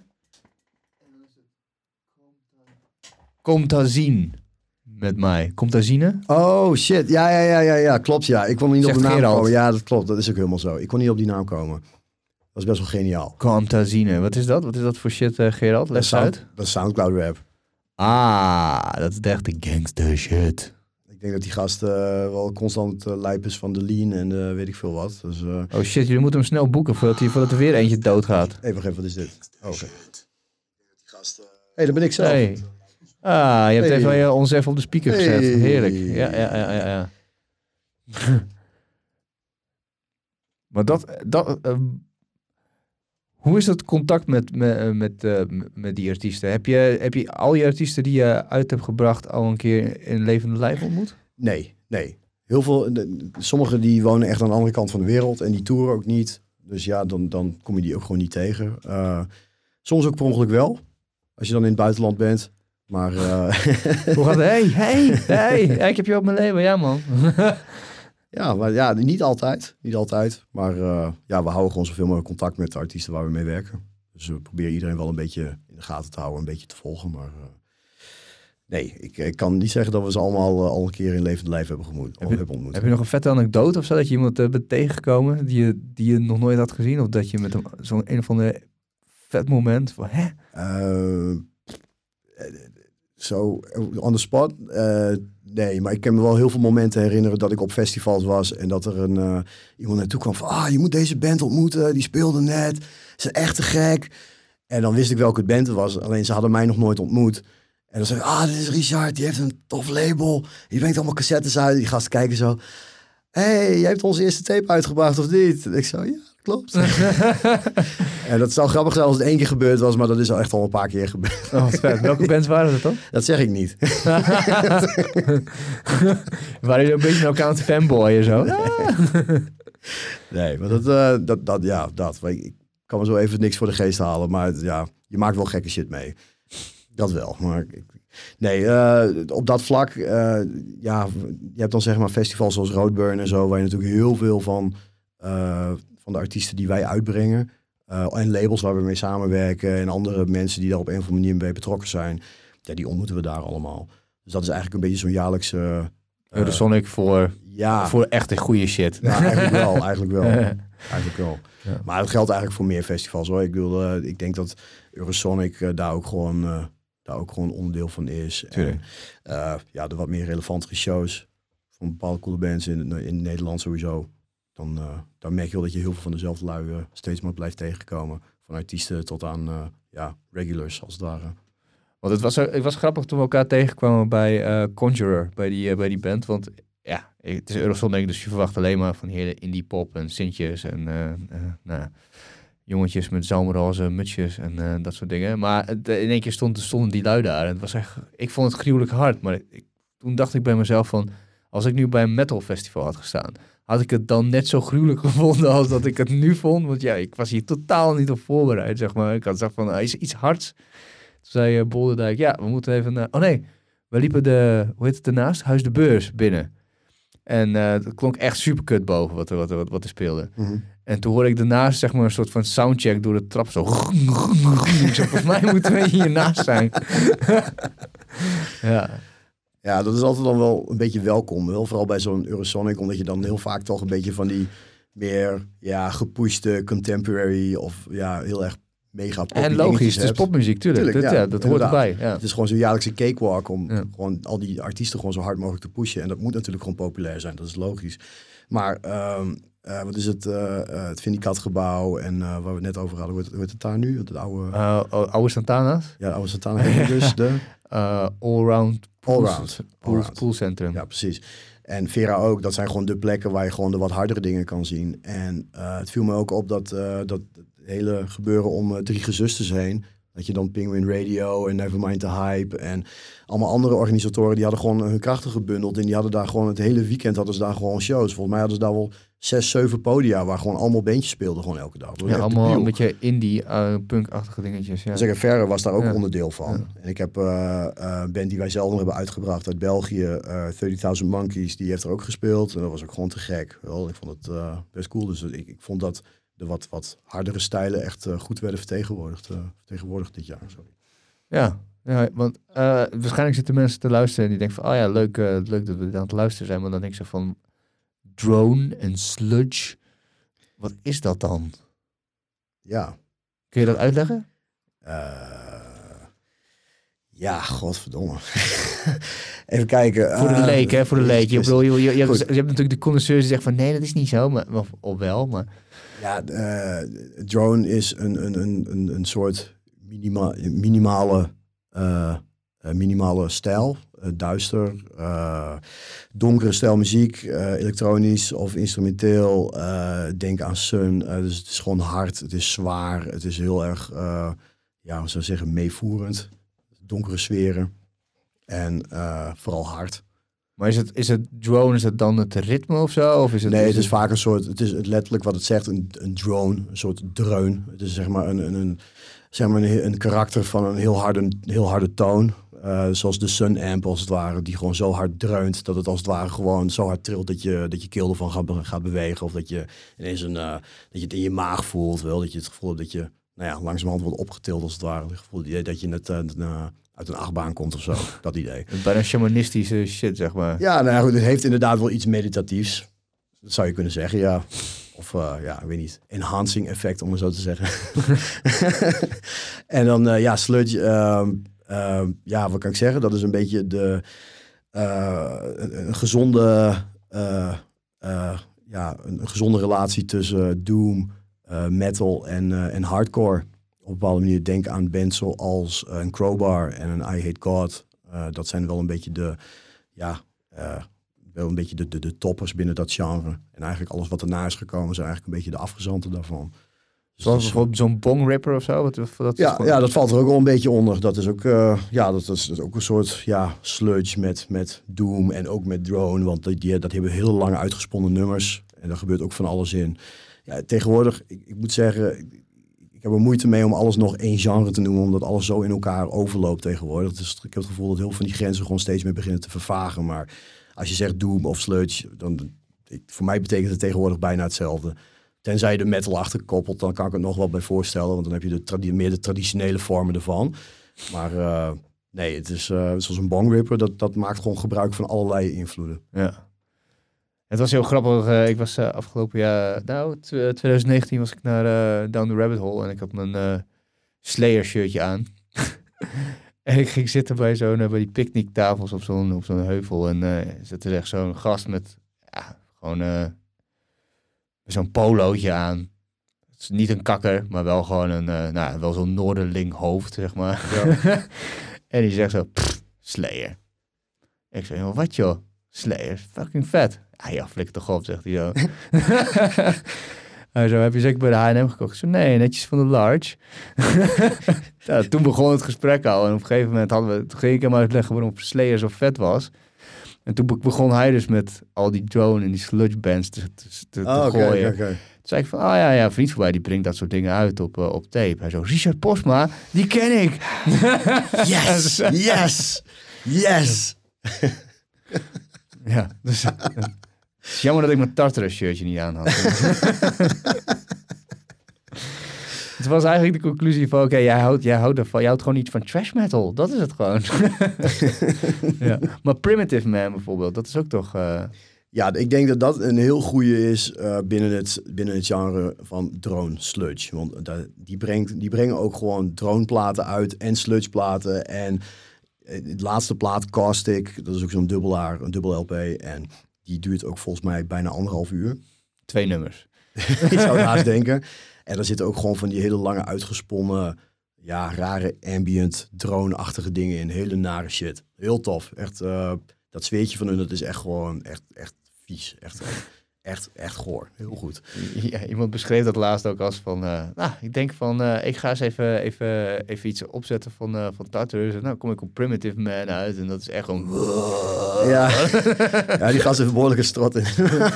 Comtazine met mij. Comtazine? Oh shit, ja, ja, ja, ja, ja, klopt ja. Ik kon niet Zegt op de naam Gerald. komen. Ja, dat klopt, dat is ook helemaal zo. Ik kon niet op die naam komen. Dat is best wel geniaal. Comtazine, wat is dat? Wat is dat voor shit, uh, Gerald? Leg dat uit. Sound, dat is Soundcloud rap. Ah, dat is echt de gangster shit. Ik Ik denk dat die gast uh, wel constant uh, lijp is van de lean en uh, weet ik veel wat. Dus, uh... Oh shit, jullie moeten hem snel boeken voordat, hij, voordat er weer eentje doodgaat. Even, even, wat is dit? Oh, oké. Hé, hey, dat ben ik zelf. Hey. Ah, je hebt hey. even, uh, ons even op de speaker gezet. Hey. Heerlijk. Ja, ja, ja, ja. ja. Maar dat... dat uh, hoe is het contact met, met, met, uh, met die artiesten? Heb je, heb je al je artiesten die je uit hebt gebracht al een keer in levende lijf ontmoet? Nee, nee. Heel veel, de, sommigen die wonen echt aan de andere kant van de wereld en die toeren ook niet. Dus ja, dan, dan kom je die ook gewoon niet tegen. Uh, soms ook per ongeluk wel, als je dan in het buitenland bent. Maar... Uh... Hoe gaat het? Hey, hey, hey, ik heb je op mijn leven. Ja, man. Ja, maar ja, niet altijd. Niet altijd. Maar uh, ja, we houden gewoon zoveel mogelijk contact met de artiesten waar we mee werken. Dus we proberen iedereen wel een beetje in de gaten te houden, een beetje te volgen. Maar uh, nee, ik, ik kan niet zeggen dat we ze allemaal uh, al een keer in levend lijf hebben, gemoed, heb, je, hebben ontmoet. Heb je nog een vette anekdote of zo, dat je iemand uh, bent tegengekomen die je, die je nog nooit had gezien? Of dat je met hem zo'n een of ander vet moment van, hè? Uh, Zo, so, on the spot? Uh, nee, maar ik kan me wel heel veel momenten herinneren dat ik op festivals was en dat er een uh, iemand naartoe kwam van, ah, je moet deze band ontmoeten, die speelde net, ze zijn echt te gek. En dan wist ik welke band het was, alleen ze hadden mij nog nooit ontmoet. En dan zei ik, ah, dit is Richard, die heeft een tof label, die brengt allemaal cassettes uit. Die gasten kijken zo, hé, hey, jij hebt onze eerste tape uitgebracht of niet? En ik zo, ja, klopt. En dat zou grappig zijn als het één keer gebeurd was, maar dat is al echt al een paar keer gebeurd. Oh, wat vet. Welke bands waren dat dan? Dat zeg ik niet. Waren jullie een beetje elkaar aan het fanboyen zo? Nee, maar dat, uh, dat, dat, ja, dat. Ik kan me zo even niks voor de geest halen, maar ja, je maakt wel gekke shit mee. Dat wel, maar... Nee, uh, op dat vlak, uh, ja, je hebt dan zeg maar festivals zoals Roadburn en zo, waar je natuurlijk heel veel van, uh, van de artiesten die wij uitbrengen, uh, en labels waar we mee samenwerken en andere mensen die daar op een of andere manier bij betrokken zijn, ja, die ontmoeten we daar allemaal. Dus dat is eigenlijk een beetje zo'n jaarlijkse... Uh, Eurosonic voor, ja, voor echt een goede shit. Ja, eigenlijk wel, eigenlijk wel. Eigenlijk wel. Ja. Maar dat geldt eigenlijk voor meer festivals hoor. Ik bedoel, uh, ik denk dat Eurosonic uh, daar ook gewoon... Uh, daar ook gewoon onderdeel van is. Tuurlijk. En, uh, ja, de wat meer relevantere shows van bepaalde coole bands in, in Nederland sowieso. Dan, uh, dan merk je wel dat je heel veel van dezelfde lui uh, steeds maar blijft tegenkomen. Van artiesten tot aan uh, ja, regulars als het ware. Want het was, het was grappig toen we elkaar tegenkwamen bij uh, Conjurer, bij die, uh, bij die band. Want ja, het is Eurosonic, dus je verwacht alleen maar van hele indie pop en sintjes en uh, uh, nou, jongetjes met zalmroze mutsjes en uh, dat soort dingen. Maar het, in één keer stond, stonden die lui daar. En het was echt, ik vond het gruwelijk hard. Maar ik, toen dacht ik bij mezelf van, als ik nu bij een metal festival had gestaan, had ik het dan net zo gruwelijk gevonden als dat ik het nu vond. Want ja, ik was hier totaal niet op voorbereid, zeg maar. Ik had gezegd van, uh, is iets hards. Toen zei uh, Bolderdijk, ja, we moeten even naar... Oh nee, we liepen de, hoe heet het ernaast? Huis de Beurs binnen. En uh, het klonk echt super kut boven wat er, wat er, wat, wat er speelde. Mm-hmm. En toen hoorde ik daarnaast zeg maar een soort van soundcheck door de trap zo. Ik zo, volgens mij moeten we hiernaast zijn. Ja. Ja, dat is altijd dan wel een beetje welkom. Wel vooral bij zo'n Eurosonic, omdat je dan heel vaak toch een beetje van die meer ja, gepushte contemporary of ja, heel erg mega poppy en logisch, het is popmuziek, tuurlijk. tuurlijk dat, ja, ja, dat hoort erbij. Ja. Het is gewoon zo'n jaarlijkse cakewalk om ja. gewoon al die artiesten gewoon zo hard mogelijk te pushen. En dat moet natuurlijk gewoon populair zijn, dat is logisch. Maar um, uh, wat is het, uh, uh, het Vindicat-gebouw en uh, waar we het net over hadden, hoe heet, hoe heet het daar nu? Het oude, uh, oude Santana's? Ja, oude Santana. Dus de uh, Allround Allround pool, poolcentrum. Ja, precies. En Vera ook, dat zijn gewoon de plekken waar je gewoon de wat hardere dingen kan zien. En uh, het viel me ook op dat, uh, dat hele gebeuren om uh, Drie Gezusters heen. Dat je dan Penguin Radio en Nevermind the Hype en allemaal andere organisatoren, die hadden gewoon hun krachten gebundeld. En die hadden daar gewoon het hele weekend hadden ze daar gewoon shows. Volgens mij hadden ze daar wel zes, zeven podia waar gewoon allemaal bandjes speelden gewoon elke dag. Ja, allemaal debiel. Een beetje indie, uh, punk-achtige dingetjes. Ja. Zeker, Verre was daar ook ja. onderdeel van. Ja. En ik heb uh, uh, een band die wij zelf nog hebben uitgebracht uit België, uh, thirty thousand Monkeys, die heeft er ook gespeeld. En dat was ook gewoon te gek. Wel, ik vond het uh, best cool. Dus ik, ik vond dat de wat, wat hardere stijlen echt uh, goed werden vertegenwoordigd, uh, vertegenwoordigd dit jaar. Sorry. Ja, ja, want uh, waarschijnlijk zitten mensen te luisteren en die denken van, oh ja, leuk, uh, leuk dat we aan het luisteren zijn. Maar dan denk ik zo van, drone en sludge, wat is dat dan? Ja. Kun je dat uitleggen? Uh, Ja, godverdomme. Even kijken. Voor de uh, leek, hè? Voor de leek. Je, bedoel, je, je, je, hebt, Goed. je hebt natuurlijk de connoisseurs die zeggen van... nee, dat is niet zo, maar of, of wel, maar... Ja, uh, drone is een, een, een, een, een soort minima, minimale, uh, uh, minimale stijl. Uh, duister, uh, donkere stijl muziek, uh, elektronisch of instrumenteel. Uh, denk aan Sun. Uh, dus het is gewoon hard, het is zwaar, het is heel erg, uh, ja, hoe zou ik zeggen, meevoerend. Donkere sferen en uh, vooral hard. Maar is het, is het drone, is het dan het ritme of zo? Of is het, nee, is het is het... vaak een soort, het is letterlijk wat het zegt, een, een drone, een soort dreun. Het is zeg maar een, een, een, zeg maar een, een karakter van een heel harde, heel harde toon. Uh, zoals de Sun Amp als het ware, die gewoon zo hard dreunt dat het als het ware gewoon zo hard trilt dat je, dat je keel ervan gaat, gaat bewegen. Of dat je ineens een, uh, dat je het in je maag voelt. Wel, dat je het gevoel hebt dat je nou ja, langzamerhand wordt opgetild als het ware. Het gevoel dat je net uh, uh, uit een achtbaan komt of zo, dat idee. Bijna shamanistische shit, zeg maar. Ja, nou ja, goed, het heeft inderdaad wel iets meditatiefs. Dat zou je kunnen zeggen, ja. Of, uh, ja, ik weet niet, enhancing effect, om het zo te zeggen. En dan, uh, ja, sludge, uh, uh, ja, wat kan ik zeggen? Dat is een beetje de, uh, een, een gezonde, uh, uh, ja, een, een gezonde relatie tussen doom, uh, metal en, uh, en hardcore. Op een bepaalde manier denk aan bands zoals uh, een Crowbar en een I Hate God. Uh, dat zijn wel een beetje de, ja, uh, wel een beetje de, de, de toppers binnen dat genre. En eigenlijk alles wat erna is gekomen, zijn eigenlijk een beetje de afgezanten daarvan. Dus Zoals is, bijvoorbeeld zo'n bong ripper of zo? Wat, dat ja, gewoon... ja, dat valt er ook wel een beetje onder. Dat is ook, uh, ja, dat is, dat is ook een soort ja, sludge met, met doom en ook met drone. Want die, die, dat hebben hele lange uitgesponnen nummers. En daar gebeurt ook van alles in. Ja, tegenwoordig, ik, ik moet zeggen, ik, ik heb er moeite mee om alles nog één genre te noemen. Omdat alles zo in elkaar overloopt tegenwoordig. Dus ik heb het gevoel dat heel veel van die grenzen gewoon steeds meer beginnen te vervagen. Maar als je zegt doom of sludge, dan ik, voor mij betekent het tegenwoordig bijna hetzelfde. Tenzij je de metal achterkoppelt, dan kan ik het nog wel bij voorstellen. Want dan heb je de tradi- meer de traditionele vormen ervan. Maar uh, nee, het is uh, zoals een bong ripper. Dat, dat maakt gewoon gebruik van allerlei invloeden. Ja. Het was heel grappig. Uh, ik was uh, afgelopen jaar, nou, t- twintig negentien was ik naar uh, Down the Rabbit Hole. En ik had mijn uh, Slayer shirtje aan. En ik ging zitten bij zo'n, uh, bij die picknicktafels op zo'n, op zo'n heuvel. En uh, zit er echt zo'n gast met, ja, gewoon... Uh, zo'n polootje aan. Het is niet een kakker, maar wel gewoon een, uh, nou, wel zo'n Noorderling hoofd, zeg maar. Ja. En die zegt zo, Slayer. Ik zeg, joh, wat joh? Slayer is fucking vet. Ah ja, flikker toch op, zegt hij zo. Hij zo, heb je zeker bij de H en M gekocht? Ik zo, nee, netjes van de Large. Ja, toen begon het gesprek al. En op een gegeven moment hadden we, toen ging ik hem uitleggen waarom Slayer zo vet was. En toen begon hij dus met al die drone en die sludge bands te, te, te, oh, te gooien. Okay, okay. Toen zei ik van, ah oh, ja, ja, een vriend van mij die brengt dat soort dingen uit op, uh, op tape. Hij zo, Richard Posma, die ken ik. Yes, yes, yes. Ja, dus uh, het is jammer dat ik mijn Tartarus shirtje niet aan had. Het was eigenlijk de conclusie van, oké, okay, jij houdt, jij houdt ervan, jij houdt gewoon niet van trash metal. Dat is het gewoon. Ja. Maar Primitive Man bijvoorbeeld, dat is ook toch... Uh... Ja, ik denk dat dat een heel goede is uh, binnen, het, binnen het genre van drone sludge. Want uh, die, brengt, die brengen ook gewoon droneplaten uit en sludgeplaten. En uh, de laatste plaat, Caustic, dat is ook zo'n dubbel A, een dubbel L P. En die duurt ook volgens mij bijna anderhalf uur. Twee nummers. Je zou het haast denken. En daar zitten ook gewoon van die hele lange uitgesponnen, ja, rare ambient, drone-achtige dingen in. Hele nare shit. Heel tof. Echt, uh, dat zweetje van hun, dat is echt gewoon echt, echt vies. Echt, echt, echt goor. Heel goed. Ja, iemand beschreef dat laatst ook als van, uh, nou, ik denk van, uh, ik ga eens even, even, even iets opzetten van, uh, van Tartarus. En nou kom ik op Primitive Man uit. En dat is echt gewoon... Ja, ja die gast heeft een behoorlijke strot in.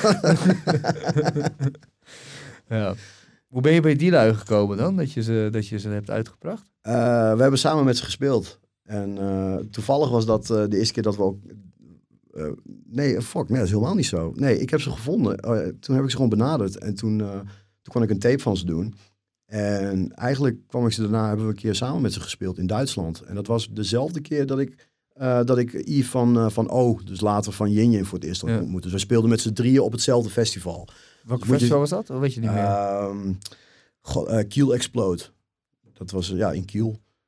Ja. Hoe ben je bij die lui gekomen dan, dat je ze, dat je ze hebt uitgebracht? Uh, we hebben samen met ze gespeeld. En uh, toevallig was dat uh, de eerste keer dat we ook... Uh, nee, fuck, nee, dat is helemaal niet zo. Nee, ik heb ze gevonden. Uh, toen heb ik ze gewoon benaderd. En toen, uh, toen kon ik een tape van ze doen. En eigenlijk kwam ik ze daarna, hebben we een keer samen met ze gespeeld in Duitsland. En dat was dezelfde keer dat ik... Uh, dat ik Yves van, uh, van O, dus later van Yin Yin voor het eerst had ja. ontmoet. Dus we speelden met z'n drieën op hetzelfde festival. Welke festival je... was dat? Of weet je niet meer? Uh, God, uh, Kiel Explode. Dat was uh, ja in Kiel.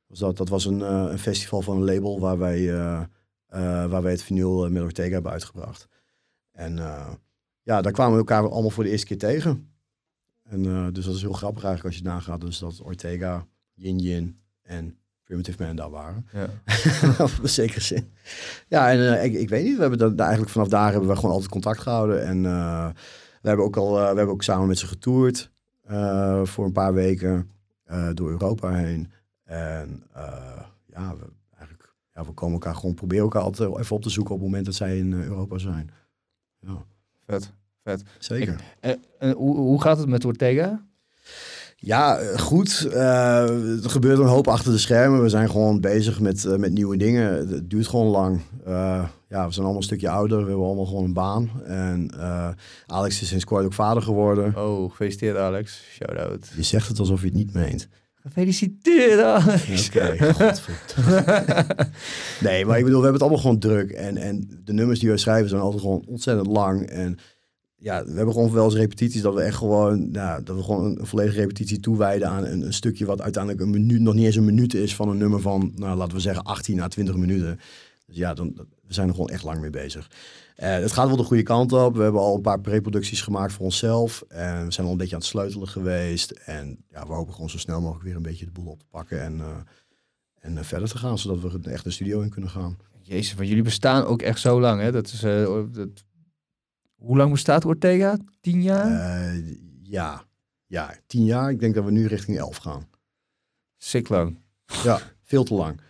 Was dat, dat was een, uh, een festival van een label waar wij, uh, uh, waar wij het vinyl uh, met Ortega hebben uitgebracht. En uh, ja, daar kwamen we elkaar allemaal voor de eerste keer tegen. En uh, dus dat is heel grappig eigenlijk als je nagaat. Dus dat Ortega, Yin Yin en Primitive Man daar waren. Ja. Op een zekere zin. Ja, en uh, ik, ik weet niet. We hebben dat, eigenlijk vanaf daar hebben we gewoon altijd contact gehouden. En uh, we hebben ook al, uh, we hebben ook samen met ze getoerd uh, voor een paar weken uh, door Europa heen. En uh, ja, we, eigenlijk, ja, we komen elkaar gewoon proberen elkaar altijd even op te zoeken op het moment dat zij in uh, Europa zijn. Ja. Vet, vet. Zeker. Ik, en, en, hoe, hoe gaat het met Ortega? Ja, goed. Uh, er gebeurt een hoop achter de schermen. We zijn gewoon bezig met, uh, met nieuwe dingen. Het duurt gewoon lang. Uh, ja, we zijn allemaal een stukje ouder. We hebben allemaal gewoon een baan. En uh, Alex is sinds kort ook vader geworden. Oh, gefeliciteerd Alex. Shout-out. Je zegt het alsof je het niet meent. Gefeliciteerd Alex. Oké, godverdomme. Nee, maar ik bedoel, we hebben het allemaal gewoon druk. En, en de nummers die we schrijven zijn altijd gewoon ontzettend lang. En ja, we hebben gewoon wel eens repetities dat we echt gewoon, nou, dat we gewoon een, een volledige repetitie toewijden aan een, een stukje wat uiteindelijk een minuut, nog niet eens een minuut is van een nummer van, nou, laten we zeggen achttien à twintig minuten. Dus ja, dan, we zijn er gewoon echt lang mee bezig. Uh, het gaat wel de goede kant op. We hebben al een paar pre-producties gemaakt voor onszelf. En we zijn al een beetje aan het sleutelen geweest. En ja, we hopen gewoon zo snel mogelijk weer een beetje de boel op te pakken en, uh, en uh, verder te gaan, zodat we echt de studio in kunnen gaan. Jezus, maar jullie bestaan ook echt zo lang, hè? Dat is, uh, dat... Hoe lang bestaat Ortega? Tien jaar? Uh, ja. ja, tien jaar. Ik denk dat we nu richting elf gaan. Sick lang. Ja, veel te lang.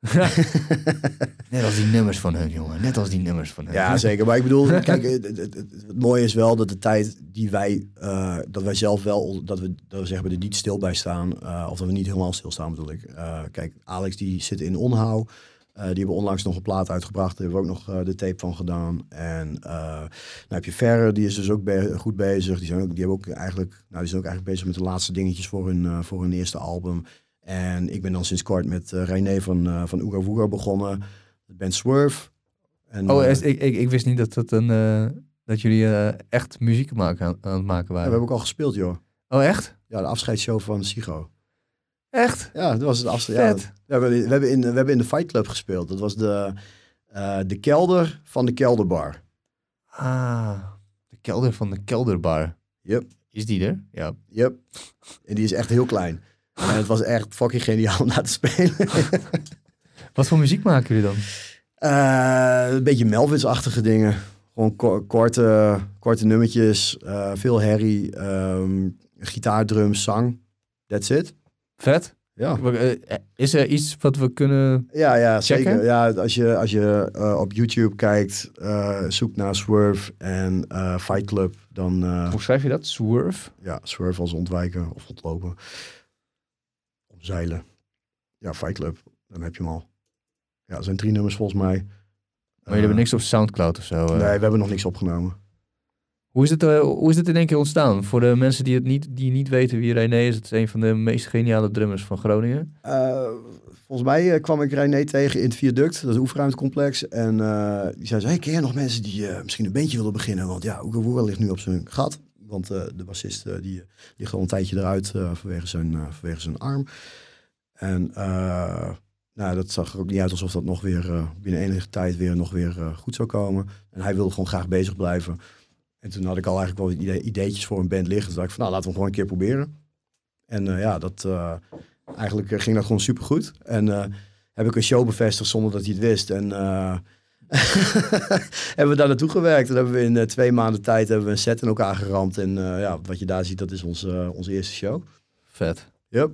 Net als die nummers van hun, jongen. Net als die nummers van hun. Ja, zeker. Maar ik bedoel, kijk, het, het, het, het mooie is wel dat de tijd die wij, uh, dat wij zelf wel, dat we, dat we zeggen, er niet stil bij staan. Uh, of dat we niet helemaal stilstaan, bedoel ik. Uh, kijk, Alex die zit in Onhou. Uh, die hebben onlangs nog een plaat uitgebracht. Daar hebben we ook nog uh, de tape van gedaan. En uh, nou heb je Ferre, die is dus ook be- goed bezig. Die, zijn ook, die, hebben ook eigenlijk, nou, die zijn ook eigenlijk bezig met de laatste dingetjes voor hun, uh, voor hun eerste album. En ik ben dan sinds kort met uh, René van, uh, van Ooga Wooga begonnen. De band Swerve. En, oh, uh, ik, ik, ik wist niet dat, dat, een, uh, dat jullie uh, echt muziek maken, aan, aan het maken waren. Ja, we hebben ook al gespeeld, joh. Oh, echt? Ja, de afscheidsshow van Sigo. Echt? Ja, dat was het afscheid. Ja, dat, we, hebben, we, hebben in, we hebben in de Fight Club gespeeld. Dat was de, uh, de kelder van de kelderbar. Ah, de kelder van de kelderbar. Yep. Is die er? Ja. Yep. En die is echt heel klein. En het was echt fucking geniaal om naar te spelen. Wat voor muziek maken jullie dan? Uh, een beetje Melvins-achtige dingen. Gewoon ko- korte, korte nummertjes. Uh, veel herrie. Um, gitaar, drums, zang. That's it. Vet. Ja. Is er iets wat we kunnen Ja, ja checken? zeker. Ja, als je, als je uh, op YouTube kijkt, uh, zoek naar Swerve en uh, Fight Club, dan... Uh, Hoe schrijf je dat? Swerve? Ja, Swerve als ontwijken of ontlopen. Omzeilen. Ja, Fight Club. Dan heb je hem al. Ja, er zijn drie nummers volgens mij. Maar jullie uh, hebben niks op Soundcloud of zo? Uh. Nee, we hebben nog niks opgenomen. Hoe is, het, uh, hoe is het in één keer ontstaan? Voor de mensen die het niet, die niet weten wie René is, het is een van de meest geniale drummers van Groningen. Uh, volgens mij uh, kwam ik René tegen in het Viaduct, dat is een oefenruimtecomplex. En uh, die zei, hey, ken je nog mensen die uh, misschien een bandje willen beginnen? Want ja, Ooga Wooga ligt nu op zijn gat. Want uh, de bassist uh, die ligt al een tijdje eruit uh, vanwege, zijn, uh, vanwege zijn arm. En uh, nou, dat zag er ook niet uit alsof dat nog weer uh, binnen enige tijd weer nog weer uh, goed zou komen. En hij wilde gewoon graag bezig blijven. En toen had ik al eigenlijk wel idee, ideetjes voor een band liggen. Dus dacht ik van, nou, laten we hem gewoon een keer proberen. En uh, ja, dat, uh, eigenlijk uh, ging dat gewoon supergoed. En uh, heb ik een show bevestigd zonder dat hij het wist. En uh, hebben we daar naartoe gewerkt. En hebben we in uh, twee maanden tijd hebben we een set in elkaar geramd. En uh, ja, wat je daar ziet, dat is onze, uh, onze eerste show. Vet. Yep.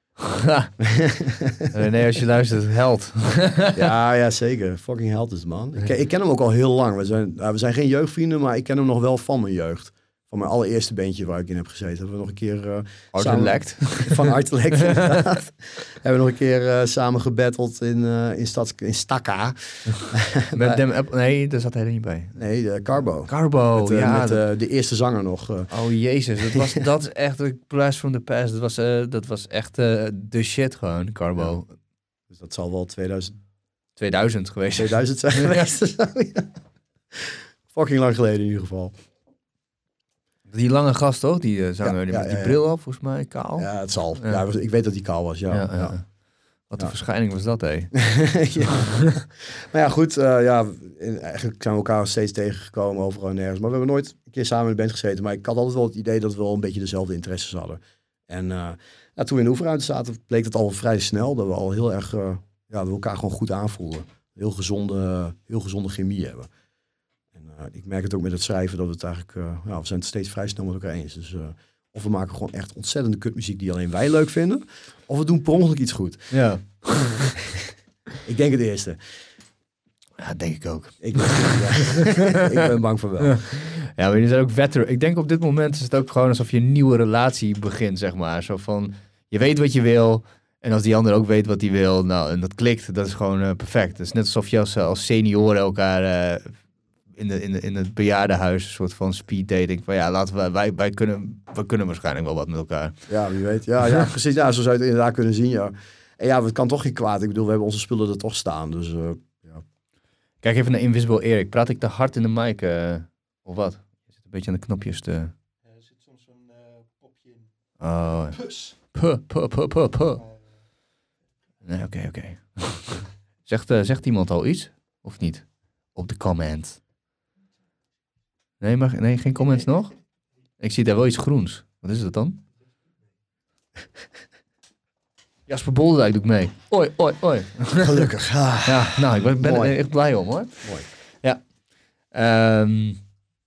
Nee, als je luistert, held. ja, ja, zeker. Fucking held is het, man. Ik, ik ken hem ook al heel lang. We zijn, nou, we zijn geen jeugdvrienden, maar ik ken hem nog wel van mijn jeugd. Van mijn allereerste bandje waar ik in heb gezeten. Hebben we nog een keer... Uh, Artelect. Van Artelect, inderdaad. Hebben we nog een keer uh, samen gebatteld in, uh, in, Stads, in Stakka. Met Dem Apple? Nee, daar zat hij er niet bij. Nee, uh, Carbo. Carbo, met, uh, ja. Met uh, de eerste zanger nog. Uh. Oh jezus, dat, was, dat is echt een blast from the past. Dat was, uh, dat was echt uh, de shit gewoon, Carbo. Ja. Dus dat zal wel tweeduizend... tweeduizend geweest. tweeduizend zijn geweest. Ja. Fucking lang geleden in ieder geval. Die lange gast toch? Die uh, zanger, ja, die ja, met die ja, bril op, volgens mij, kaal. Ja, het zal. Ja. Ja, ik weet dat hij kaal was, ja. ja, ja. ja. Wat Ja. een verschijning was dat, hé. ja. Maar ja, goed. Uh, ja, in, eigenlijk zijn we elkaar steeds tegengekomen overal en nergens. Maar we hebben nooit een keer samen in de band gezeten. Maar ik had altijd wel het idee dat we wel een beetje dezelfde interesses hadden. En uh, ja, toen we in de oefenruimte zaten, bleek het al vrij snel dat we al heel erg, uh, ja, dat we elkaar gewoon goed aanvoelden. Heel gezonde, heel gezonde chemie hebben. En uh, ik merk het ook met het schrijven dat we het eigenlijk, uh, ja, we zijn het steeds vrij snel met elkaar eens. Dus uh, of we maken gewoon echt ontzettende kutmuziek die alleen wij leuk vinden, of we doen per ongeluk iets goed. Ja. Ik denk het eerste. Ja, denk ik ook. Ik ben, ja. ik ben bang voor wel. Ja, maar jullie zijn ook veteran. Ik denk op dit moment is het ook gewoon alsof je een nieuwe relatie begint, zeg maar. Zo van, je weet wat je wil. En als die ander ook weet wat hij wil, nou, en dat klikt, dat is gewoon uh, perfect. Het is net alsof je als, als senioren elkaar uh, in, de, in, de, in het bejaardenhuis een soort van speed dating. Van ja, laten we, wij, wij kunnen, we kunnen waarschijnlijk wel wat met elkaar. Ja, wie weet. Ja, ja precies. Ja, zo zou je het inderdaad kunnen zien, ja. En ja, het kan toch geen kwaad. Ik bedoel, we hebben onze spullen er toch staan, dus uh, ja. Kijk even naar Invisible Erik. Praat ik te hard in de mic, uh, of wat? Je zit een beetje aan de knopjes te... Ja, er zit soms zo'n uh, popje in. Oh. Pus. Puh, puh, puh, puh, puh. Nee, oké, okay, oké. Okay. zegt, uh, zegt iemand al iets? Of niet? Op de comment. Nee, maar, nee, geen comments nog? Ik zie daar wel iets groens. Wat is dat dan? Jasper Bolderdijk doet mee. Oi, oi, oi. Gelukkig. Ah. Ja, nou, ik ben, ben er echt blij om, hoor. Mooi. Ja. Um,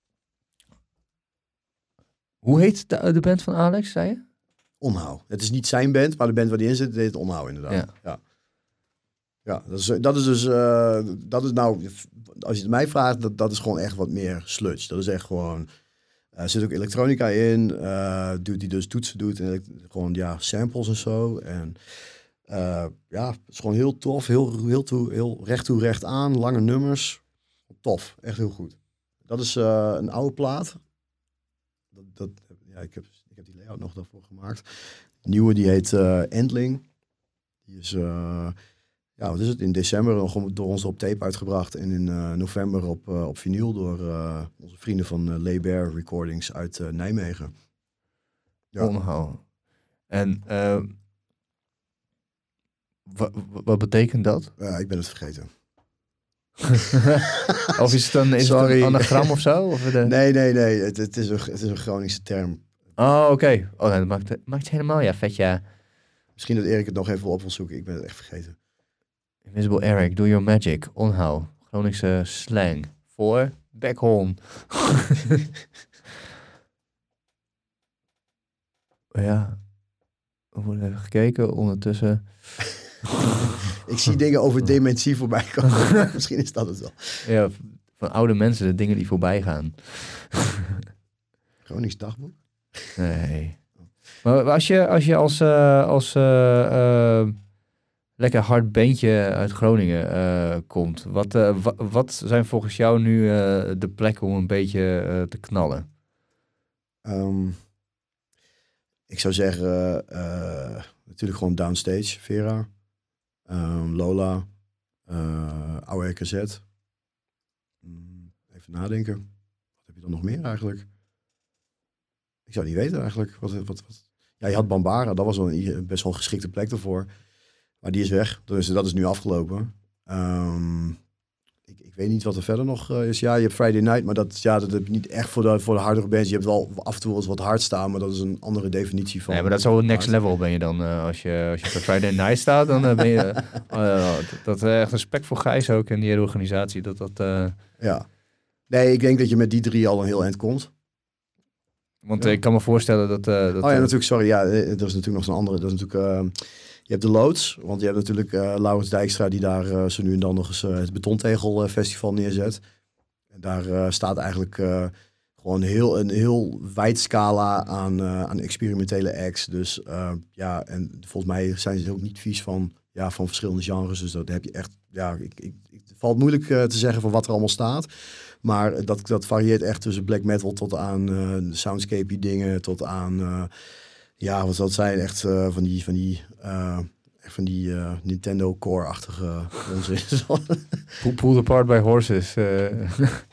hoe heet de, de band van Alex, zei je? Onhou. Het is niet zijn band, maar de band waar die in zit, deed het Onhou inderdaad. Ja, ja. ja dat, is, dat is dus, uh, dat is nou, als je het mij vraagt, dat, dat is gewoon echt wat meer sludge. Dat is echt gewoon, er uh, zit ook elektronica in, uh, doet die dus toetsen doet, en gewoon ja, samples en zo. En uh, ja, het is gewoon heel tof, heel, heel, toe, heel recht toe, recht aan, lange nummers. Tof, echt heel goed. Dat is uh, een oude plaat. Dat, dat, ja, ik heb... Ik heb die layout nog daarvoor gemaakt. De nieuwe die heet uh, Endling. Die is, uh, ja, wat is het? In december nog door ons op tape uitgebracht. En in uh, november op, uh, op vinyl door uh, onze vrienden van uh, Le Bear Recordings uit uh, Nijmegen. Ja. Onhou. En uh, wat, wat betekent dat? Ja, uh, ik ben het vergeten. Of is het dan is het een anagram of zo? Of de... Nee, nee, nee. Het, het, is een, het is een Groningse term. Oh, oké. Okay. Oh, dat maakt, maakt het helemaal, ja, vet, ja. Misschien dat Erik het nog even op wil zoeken. Ik ben het echt vergeten. Invisible Eric, do your magic. Onhou. Groningse slang. Voor backhorn. Ja. We worden even gekeken. Ondertussen... Ik zie dingen over dementie voorbij komen. Misschien is dat het wel. Ja, van oude mensen, de dingen die voorbij gaan. Gronings dagboek? Nee. Maar als je als, je als, uh, als uh, uh, lekker hard bandje uit Groningen uh, komt, wat, uh, wa- wat zijn volgens jou nu uh, de plekken om een beetje uh, te knallen? Um, ik zou zeggen, uh, natuurlijk gewoon Downstage, Vera, um, Lola, uh, Oude R K Z. Um, even nadenken. Wat heb je dan nog meer eigenlijk? Ik zou het niet weten eigenlijk. Wat, wat, wat. Ja, je had Bambara, dat was wel een best wel een geschikte plek ervoor. Maar die is weg, dus dat is nu afgelopen. Um, ik, ik weet niet wat er verder nog uh, is. Ja, je hebt Friday Night, maar dat, ja, dat heb je niet echt voor de, voor de hardere bands. Je hebt wel af en toe wel eens wat hard staan, maar dat is een andere definitie van... Nee, maar dat is wel next level ben je dan. Uh, als je als je bij Friday Night staat, dan uh, ben je... Uh, uh, dat uh, echt respect voor Gijs ook en die hele organisatie. Dat, dat, uh... Ja. Nee, ik denk dat je met die drie al een heel eind komt. Want ja. uh, ik kan me voorstellen dat... Uh, dat oh ja, uh, natuurlijk, sorry. Ja, er is natuurlijk nog zo'n andere. Dat is natuurlijk... Uh, je hebt de Loods, want je hebt natuurlijk uh, Laurens Dijkstra die daar uh, zo nu en dan nog eens uh, het Betontegel uh, Festival neerzet. En daar uh, staat eigenlijk uh, gewoon heel, een heel wijd scala aan, uh, aan experimentele acts. Dus uh, ja, en volgens mij zijn ze ook niet vies van, ja, van verschillende genres. Dus dat heb je echt, ja, ik, ik, het valt moeilijk uh, te zeggen van wat er allemaal staat. Maar dat, dat varieert echt tussen black metal tot aan uh, soundscape dingen, tot aan... Uh, Ja, wat zal het zijn? Echt uh, van die, van die, uh, van die uh, Nintendo Core-achtige onzin. Pulled apart by horses. Uh.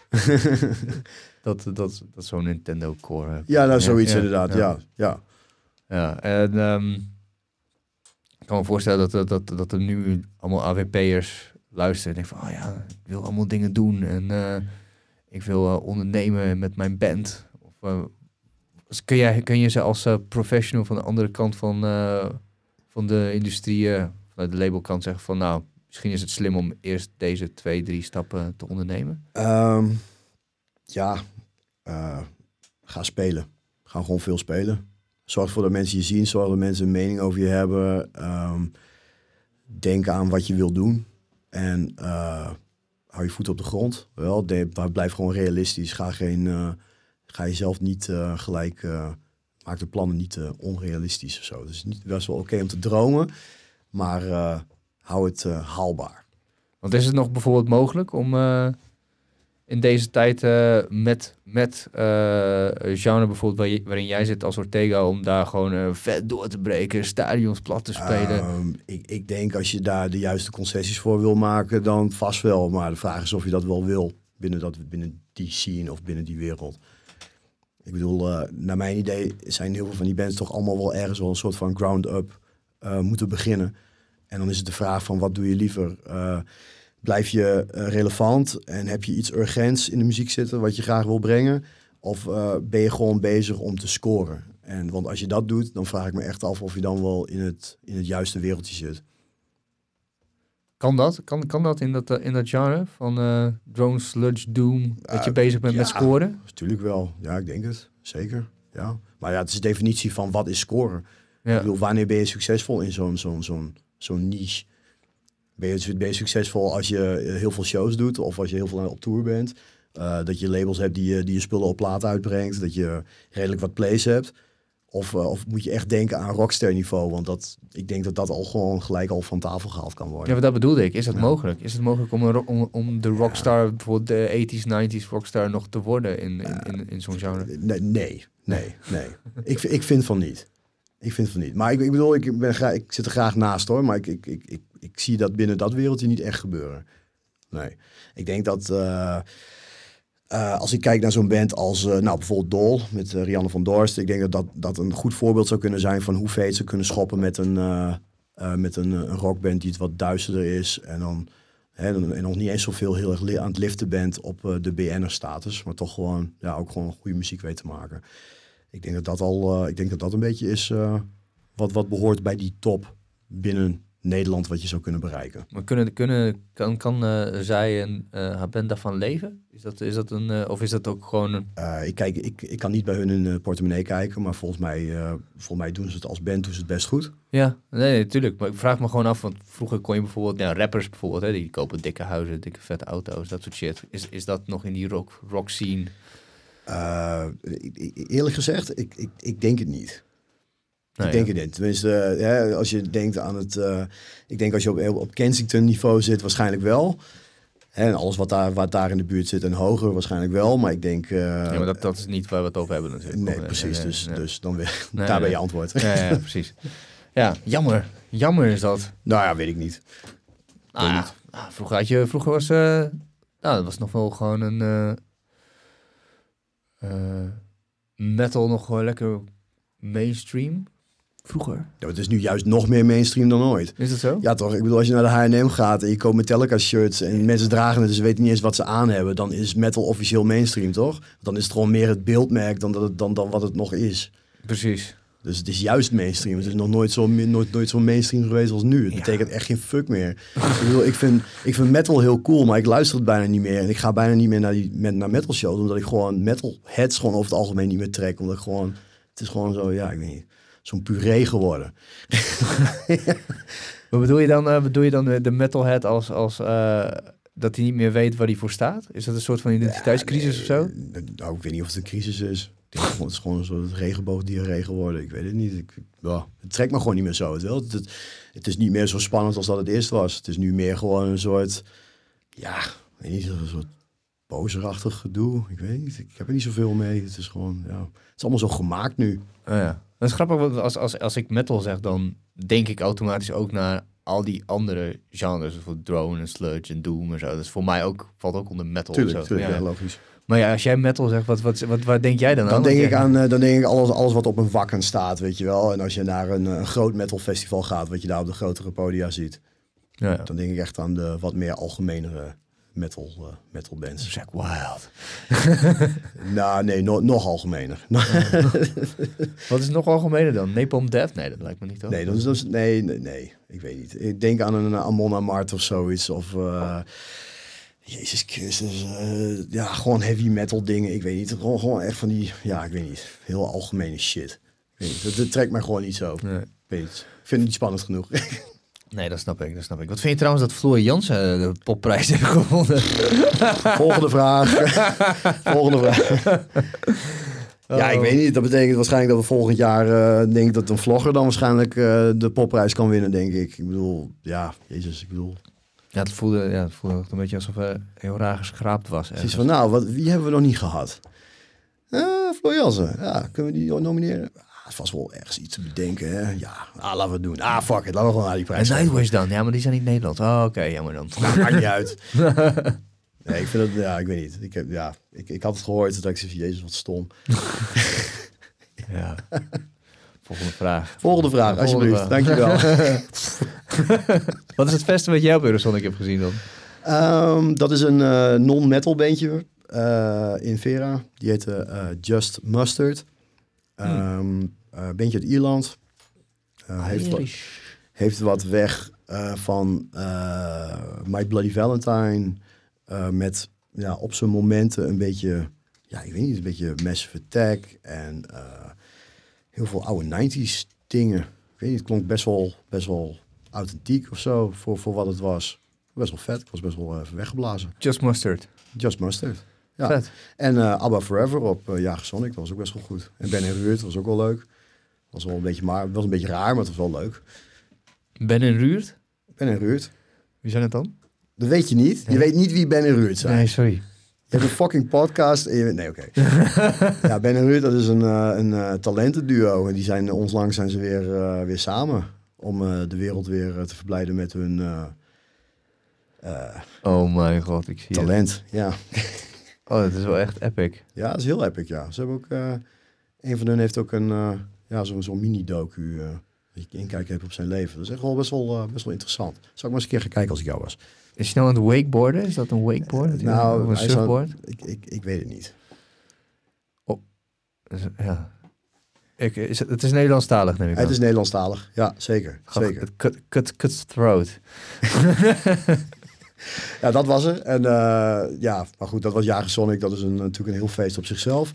dat, dat, dat is zo'n Nintendo Core. Ja, nou zoiets ja, inderdaad. Ja, ja. Ja, ja en um, Ik kan me voorstellen dat, dat, dat, dat er nu allemaal A W P'ers luisteren en denken van, oh ja, ik wil allemaal dingen doen en uh, ik wil uh, ondernemen met mijn band. Of, uh, kun, jij, kun je ze als uh, professional van de andere kant van, uh, van de industrie, uh, vanuit de labelkant zeggen van, nou, misschien is het slim om eerst deze twee, drie stappen te ondernemen? Um, ja, uh, ga spelen. Ga gewoon veel spelen. Zorg ervoor dat mensen je zien, zorg dat mensen een mening over je hebben. Um, denk aan wat je wil doen. En uh, hou je voet op de grond. Wel, de, blijf gewoon realistisch. Ga, geen, uh, ga jezelf niet uh, gelijk... Uh, maak de plannen niet uh, onrealistisch of zo. Dus het is best wel oké okay om te dromen. Maar uh, hou het uh, haalbaar. Want is het nog bijvoorbeeld mogelijk om... Uh... in deze tijd uh, met, met uh, genre bijvoorbeeld waar je, waarin jij zit als Ortega, om daar gewoon uh, vet door te breken, stadions plat te spelen? Um, ik, ik denk als je daar de juiste concessies voor wil maken, dan vast wel. Maar de vraag is of je dat wel wil binnen, dat, binnen die scene of binnen die wereld. Ik bedoel, uh, naar mijn idee zijn heel veel van die bands toch allemaal wel ergens wel een soort van ground-up uh, moeten beginnen. En dan is het de vraag van wat doe je liever? Uh, Blijf je uh, relevant en heb je iets urgents in de muziek zitten wat je graag wil brengen? Of uh, ben je gewoon bezig om te scoren? En, want als je dat doet, dan vraag ik me echt af of je dan wel in het, in het juiste wereldje zit. Kan dat? Kan, kan dat in dat, uh, in dat genre van uh, drone, sludge, doom, uh, dat je bezig bent ja, met scoren? Natuurlijk wel. Ja, ik denk het. Zeker. Ja. Maar ja, het is de definitie van wat is scoren. Ja. Ik bedoel, wanneer ben je succesvol in zo'n, zo'n, zo'n, zo'n niche? Ben je, ben je succesvol als je heel veel shows doet of als je heel veel op tour bent? Uh, dat je labels hebt die je, die je spullen op plaat uitbrengt, dat je redelijk wat plays hebt? Of, uh, of moet je echt denken aan rockster niveau? Want dat, ik denk dat dat al gewoon gelijk al van tafel gehaald kan worden. Ja, maar dat bedoelde ik. Is dat ja. mogelijk? Is het mogelijk om, een, om, om de rockstar, ja. bijvoorbeeld de tachtiger, negentiger rockstar nog te worden in, in, in, in, in zo'n genre? Nee, nee, nee. nee. ik, ik vind van niet. Ik vind van niet. Maar ik, ik bedoel, ik, ben graag, ik zit er graag naast hoor. Maar ik, ik, ik, ik, ik zie dat binnen dat wereldje niet echt gebeuren. Nee. Ik denk dat uh, uh, als ik kijk naar zo'n band als uh, nou, bijvoorbeeld Dol met uh, Rianne van Dorst. Ik denk dat, dat dat een goed voorbeeld zou kunnen zijn van hoe ver ze kunnen schoppen met een, uh, uh, met een, een rockband die het wat duisterder is. En dan, hè, dan en nog niet eens zoveel heel erg li- aan het liften bent op uh, de B N'er status. Maar toch gewoon, ja, ook gewoon goede muziek weet te maken. Ik denk dat dat al, uh, ik denk dat dat een beetje is uh, wat, wat behoort bij die top binnen Nederland wat je zou kunnen bereiken. Maar kunnen, kunnen, kan, kan uh, zij en uh, haar band daarvan leven? Is dat, is dat een, uh, of is dat ook gewoon een... Uh, ik, kijk, ik, ik kan niet bij hun in de portemonnee kijken, maar volgens mij, uh, volgens mij doen ze het als band doen ze het best goed. Ja, nee, natuurlijk. Maar ik vraag me gewoon af, want vroeger kon je bijvoorbeeld, ja, rappers bijvoorbeeld, hè, die kopen dikke huizen, dikke vette auto's, dat soort shit. Is, is dat nog in die rock, rock scene? Uh, eerlijk gezegd, ik, ik, ik denk het niet. Nou, ik denk ja. het niet. Tenminste, uh, ja, als je denkt aan het... Uh, ik denk als je op, op Kensington niveau zit, waarschijnlijk wel. Hè, en alles wat daar, wat daar in de buurt zit en hoger, waarschijnlijk wel. Maar ik denk... Uh, ja, maar dat, dat is niet waar we het over hebben natuurlijk. Nee, of, precies. Nee, dus, nee. dus dan weer, Nee, daar ben je nee. antwoord. Ja, ja, precies. Ja, jammer. Jammer is dat. Nou ja, weet ik niet. Ah, Weet ja. niet. Ah, vroeger had je... Vroeger was... Uh, nou, dat was nog wel gewoon een... Uh, uh, metal nog gewoon lekker mainstream. Vroeger. Ja, het is nu juist nog meer mainstream dan ooit. Is dat zo? Ja toch, ik bedoel als je naar de H en M gaat en je koopt Metallica shirts en mensen dragen het, dus ze weten niet eens wat ze aan hebben, dan is metal officieel mainstream, toch? Dan is het gewoon meer het beeldmerk dan, dat het, dan, dan wat het nog is. Precies. Dus het is juist mainstream. Het is nog nooit zo, nooit, nooit zo mainstream geweest als nu. Het Ja. betekent echt geen fuck meer. ik, bedoel, ik, vind, ik vind metal heel cool, maar ik luister het bijna niet meer. En ik ga bijna niet meer naar, die, met, naar metal shows, omdat ik gewoon metal heads gewoon over het algemeen niet meer trek. Omdat ik gewoon, het is gewoon zo, ja, ik weet niet, zo'n puree geworden. Wat bedoel je dan, uh, bedoel je dan de, de metalhead als, als uh, dat hij niet meer weet waar hij voor staat? Is dat een soort van identiteitscrisis ja, nee, of zo? Nou, ik weet niet of het een crisis is. Ik denk, het is gewoon een soort regenboogdiarree geworden. Ik weet het niet. Ik, ja, het trekt me gewoon niet meer zo. Het, wel. Het, het, het is niet meer zo spannend als dat het eerst was. Het is nu meer gewoon een soort, ja, weet niet, een soort bozerachtig gedoe. Ik weet niet. Ik heb er niet zoveel mee. Het is gewoon, ja, het is allemaal zo gemaakt nu. Oh ja. Dat is grappig, want als, als, als ik metal zeg, dan denk ik automatisch ook naar al die andere genres. Bijvoorbeeld drone en sludge en doom en zo. Dat is voor mij ook, valt ook onder metal. Tuurlijk, of zo. tuurlijk, Ja, ja, ja. logisch. Maar ja, als jij metal zegt, wat, wat, wat, waar denk jij dan aan? Dan denk Want ik jij- aan uh, dan denk ik alles, alles wat op een wakken staat, weet je wel. En als je naar een, een groot metal festival gaat, wat je daar op de grotere podia ziet. Ja, ja. Dan denk ik echt aan de wat meer algemenere metal, uh, metal bands. Zack Wild. Nou, nee, no, nog algemener. Wat is nog algemener dan? Napalm Death? Nee, dat lijkt me niet, toch? nee, dat is, dat is- nee, nee, nee, ik weet niet. Ik denk aan een Amon Amarth of zoiets. Of, uh, Jezus Christus. Uh, ja, gewoon heavy metal dingen. Ik weet niet. Gewoon, gewoon echt van die, ja, ik weet niet. Heel algemene shit. Ik weet niet. Dat, dat trekt mij gewoon niet zo. Nee. Ik weet niet. Ik vind het niet spannend genoeg. Nee, dat snap ik, dat snap ik. Wat vind je trouwens dat Floor Jansen de popprijs heeft gewonnen? Volgende vraag. Volgende vraag. Ja, ik weet niet. Dat betekent waarschijnlijk dat we volgend jaar... Uh, denk ik dat een vlogger dan waarschijnlijk uh, de popprijs kan winnen, denk ik. Ik bedoel, ja, jezus, ik bedoel... Ja, het voelde, ja, het voelde een beetje alsof er heel raar geschraapt was. Precies van, nou, wat, wie hebben we nog niet gehad? Uh, Floor Jansen. Ja, kunnen we die nomineren? Het was wel ergens iets te bedenken, hè? Ja, ah, laten we het doen. Ah, fuck it, laten we gewoon naar die prijs En geven. Nightwish dan? Ja, maar die zijn niet Nederland. Oh, oké, okay, jammer dan. Nou, maakt niet uit. Nee, ik vind het, ja, ik weet niet. Ik, heb, ja, ik, ik had het gehoord, dat ik zei, jezus, wat stom. Ja. Volgende vraag. Volgende vraag, Volgende alsjeblieft. vraag. Dankjewel. Wat is het beste wat jij op Eurosonic hebt gezien dan? Um, dat is een uh, non-metal bandje uh, in Vera. Die heette uh, Just Mustard. Um, hmm. uh, bandje uit Ierland. Uh, heeft, wat, heeft wat weg uh, van uh, My Bloody Valentine. Uh, met ja, op zijn momenten een beetje... Ja, ik weet niet, een beetje Massive Attack. En uh, heel veel oude nineties dingen. Ik weet niet, het klonk best wel, best wel authentiek of zo voor, voor wat het was. Best wel vet. Ik was best wel even weggeblazen. Just Mustard. Just Mustard. Ja. Vet. En uh, ABBA Forever op uh, Jager Sonic. Dat was ook best wel goed. En Ben en Ruud was ook wel leuk. Was wel een beetje, maar, was een beetje raar, maar het was wel leuk. Ben en Ruurt? Ben en Ruud. Wie zijn het dan? Dat weet je niet. Je nee. weet niet wie Ben en Ruud zijn. Nee, sorry. Je hebt een fucking podcast. En je weet, nee, oké. Okay. Ja, Ben en Ruud, dat is een, uh, een uh, talentenduo. En die zijn onlangs zijn ze weer, uh, weer samen. Om uh, de wereld weer uh, te verblijden met hun... Uh, uh, oh mijn god, ik zie talent. het. Ja. Oh, dat is wel echt epic. Ja, dat is heel epic, ja. Ze hebben ook... Uh, een van hen heeft ook een... Uh, ja, zo'n zo'n mini-docu... Uh, dat je inkijken hebt op zijn leven. Dat is echt wel best wel, uh, best wel interessant. Zou ik maar eens een keer gaan kijken als ik jou was. Is hij nou aan het wakeboarden? Is dat een wakeboard? Uh, nou, of een surfboard? Aan, ik, ik, ik weet het niet. Oh, ja. Ik, is het, het is Nederlandstalig, neem ik aan. Het is Nederlandstalig, ja, zeker. Gaf, zeker. Cut, cut, cut throat. Ja, dat was er. En uh, ja, maar goed, dat was Jager Sonic. Dat is een, natuurlijk een heel feest op zichzelf.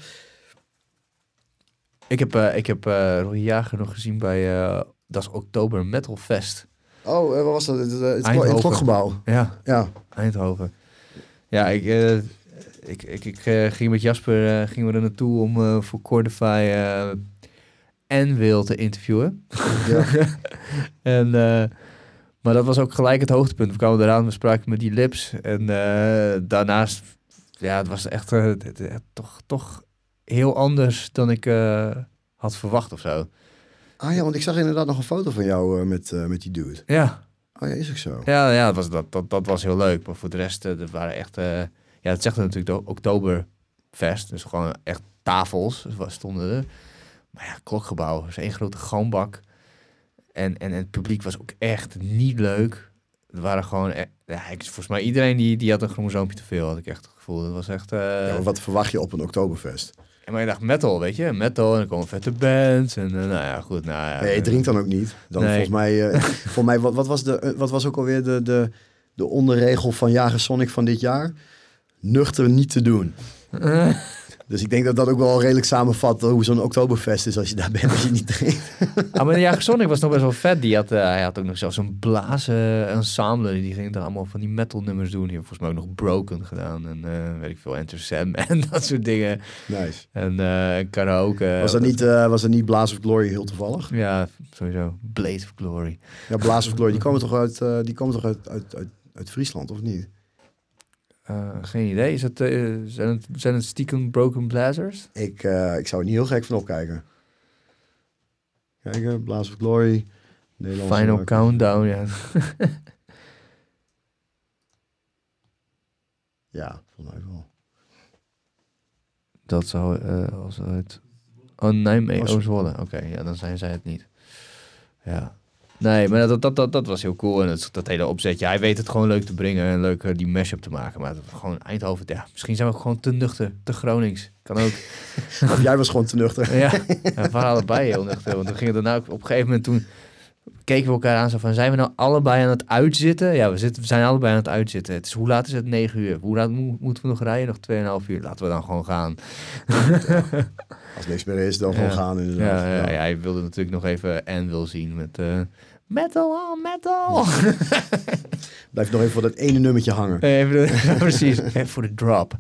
Ik heb, uh, ik heb uh, Roy Jager nog gezien bij... Uh, dat is Oktober Metal Fest. Oh, uh, wat was dat? Het, het, het, het klokgebouw. Ja, ja, Eindhoven. Ja, ik, uh, ik, ik, ik uh, ging met Jasper uh, gingen we er naartoe om uh, voor Cordify uh, en Wil te interviewen. Ja. en, uh, maar dat was ook gelijk het hoogtepunt. We kwamen eraan, we spraken met die Lips. En uh, daarnaast, ja, het was echt uh, het, het, toch, toch heel anders dan ik uh, had verwacht of zo. Ah ja, want ik zag inderdaad nog een foto van jou uh, met, uh, met die dude. Ja. Oh ja, is ook zo. Ja, ja dat, was, dat, dat, dat was heel leuk. Maar voor de rest, uh, dat waren echt... Uh, ja, het zegt natuurlijk de Oktoberfest. Dus gewoon echt tafels stonden er. Maar ja, klokgebouw. Dus één grote galmbak. En, en, en het publiek was ook echt niet leuk. Er waren gewoon... E- ja, ik, volgens mij iedereen die, die had een chromosoompje te veel, had ik echt het gevoel. Dat was echt... Uh, ja, maar wat verwacht je op een Oktoberfest? Ja, maar je dacht metal, weet je? Metal en dan komen vette bands. En uh, nou ja, goed. Nou ja, nee, je drinkt dan ook niet. Dan nee. volgens mij... Uh, volgens mij wat, wat, was de, wat was ook alweer de, de, de onderregel van Jager Sonic van dit jaar? Nuchter niet te doen. Uh. Dus ik denk dat dat ook wel redelijk samenvat hoe zo'n Oktoberfest is als je daar bent, als je niet drinkt. Ah, maar de Jager Sonic was nog best wel vet. Die had, uh, hij had ook nog zelfs een blazen ensemble. Die ging dan allemaal van die metal nummers doen. Die heeft volgens mij ook nog Broken gedaan. En uh, weet ik veel, Enter Sam en dat soort dingen. Nice. En uh, karaoke. Was dat, niet, uh, was dat niet Blaze of Glory heel toevallig? Ja, sowieso. Blaze of Glory. Ja, Blaze of Glory. Die komen toch uit, uh, die komen toch uit, uit, uit, uit Friesland, of niet? Uh, geen idee. Is het, uh, zijn, het, zijn het stiekem Broken Blazers? Ik, uh, ik zou er niet heel gek van opkijken. Kijken, Blaze of Glory. Nederlandse Final markt. Countdown, ja. Ja, volgens mij wel. dat zou... Uh, als uit... Oh, Nijmegen. Oh, Oh, Zwolle. Oké, okay, ja, dan zijn zij het niet. Ja. Nee, maar dat, dat, dat, dat was heel cool. En dat, dat hele opzetje. Hij weet het gewoon leuk te bringen. En leuk uh, die mashup te maken. Maar dat, gewoon Eindhoven... Ja, misschien zijn we ook gewoon te nuchter. Te Gronings. Kan ook. Of jij was gewoon te nuchter. Ja, we waren allebei heel nuchter. Want toen ging het daarna ook... Op een gegeven moment toen... keken we elkaar aan zo van... Zijn we nou allebei aan het uitzitten? Ja, we, zitten, we zijn allebei aan het uitzitten. Het is, hoe laat is het? negen uur. Hoe laat mo- moeten we nog rijden? Nog tweeënhalf uur. Laten we dan gewoon gaan. Als niks meer is, dan gewoon ja. gaan inderdaad. Ja, ja, ja, hij wilde natuurlijk nog even Anvil zien met... Uh, metal on metal! Blijf nog even voor dat ene nummertje hangen. Even de, precies, even voor de drop.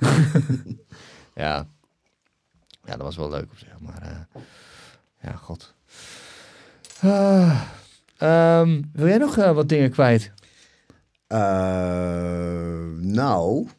ja. Ja, dat was wel leuk op zich, maar... Uh, ja, god. Uh, um, wil jij nog uh, wat dingen kwijt? Uh, nou...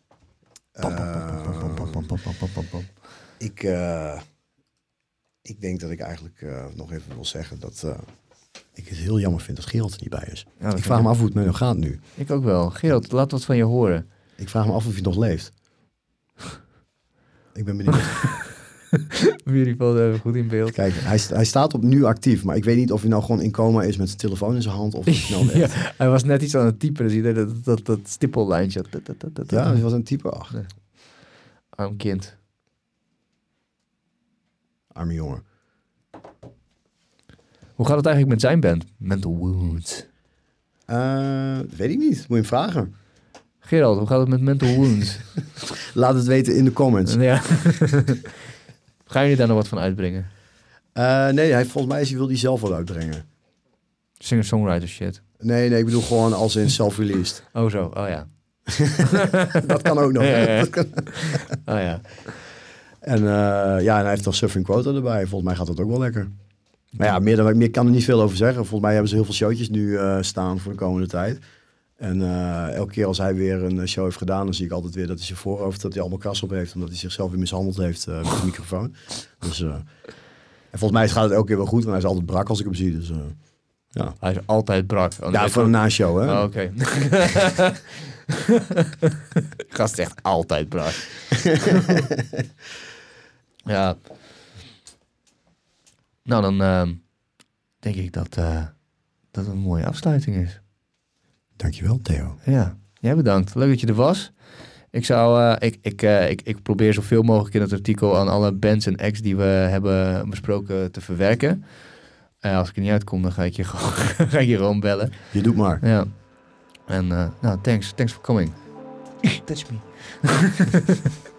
Ik, uh, ik denk dat ik eigenlijk uh, nog even wil zeggen dat uh, ik het heel jammer vind dat Gerald er niet bij is. Ja, ik vraag me af hoe het met hem gaat nu. Ik ook wel. Gerald, laat wat van je horen. Ik vraag me af of hij nog leeft. Ik ben benieuwd. Jullie vallen even goed in beeld. Kijk, hij, hij staat op nu actief, maar ik weet niet of hij nou gewoon in coma is met zijn telefoon in zijn hand of of nou ja, hij was net iets aan het typen, dus je dat, dat, dat, dat stippellijntje. Dat, dat, dat, dat, ja, hij was een type. Ach. Nee. Arm kind. Arme jongen. Hoe gaat het eigenlijk met zijn band? Mental Wounds. Uh, weet ik niet. Moet je hem vragen. Gerald, hoe gaat het met Mental Wounds? Laat het weten in de comments. Ja. Gaan jullie daar nog wat van uitbrengen? Uh, nee, hij, volgens mij is, wil hij zelf wat uitbrengen. Singer-songwriter shit. Nee, nee, ik bedoel gewoon als in self-released. Oh zo, oh ja. Dat kan ook nog. Ja, ja, ja. Dat kan... Oh ja. En uh, ja, en hij heeft dan Suffering Quota erbij. Volgens mij gaat dat ook wel lekker. Maar ja, meer, dan, meer kan er niet veel over zeggen. Volgens mij hebben ze heel veel showtjes nu uh, staan voor de komende tijd. En uh, elke keer als hij weer een show heeft gedaan, dan zie ik altijd weer dat hij zijn voorhoofd, dat hij allemaal kras op heeft, omdat hij zichzelf weer mishandeld heeft uh, met de microfoon. Dus, uh, en volgens mij gaat het elke keer wel goed, want hij is altijd brak als ik hem zie. Dus, uh, ja. Hij is altijd brak. Oh, ja, voor een na-show, hè? Oh, oké. Okay. Gast is echt altijd brak. Ja. Nou, dan uh, denk ik dat, uh, dat het een mooie afsluiting is. Dankjewel, Theo. Ja, jij bedankt. Leuk dat je er was. Ik zou, uh, ik, ik, uh, ik, ik probeer zoveel mogelijk in het artikel aan alle bands en acts die we hebben besproken te verwerken. Uh, als ik er niet uitkom, dan ga ik je gewoon, ga ik je gewoon bellen. Je doet maar. Ja. En uh, nou, thanks. Thanks for coming. Touch me.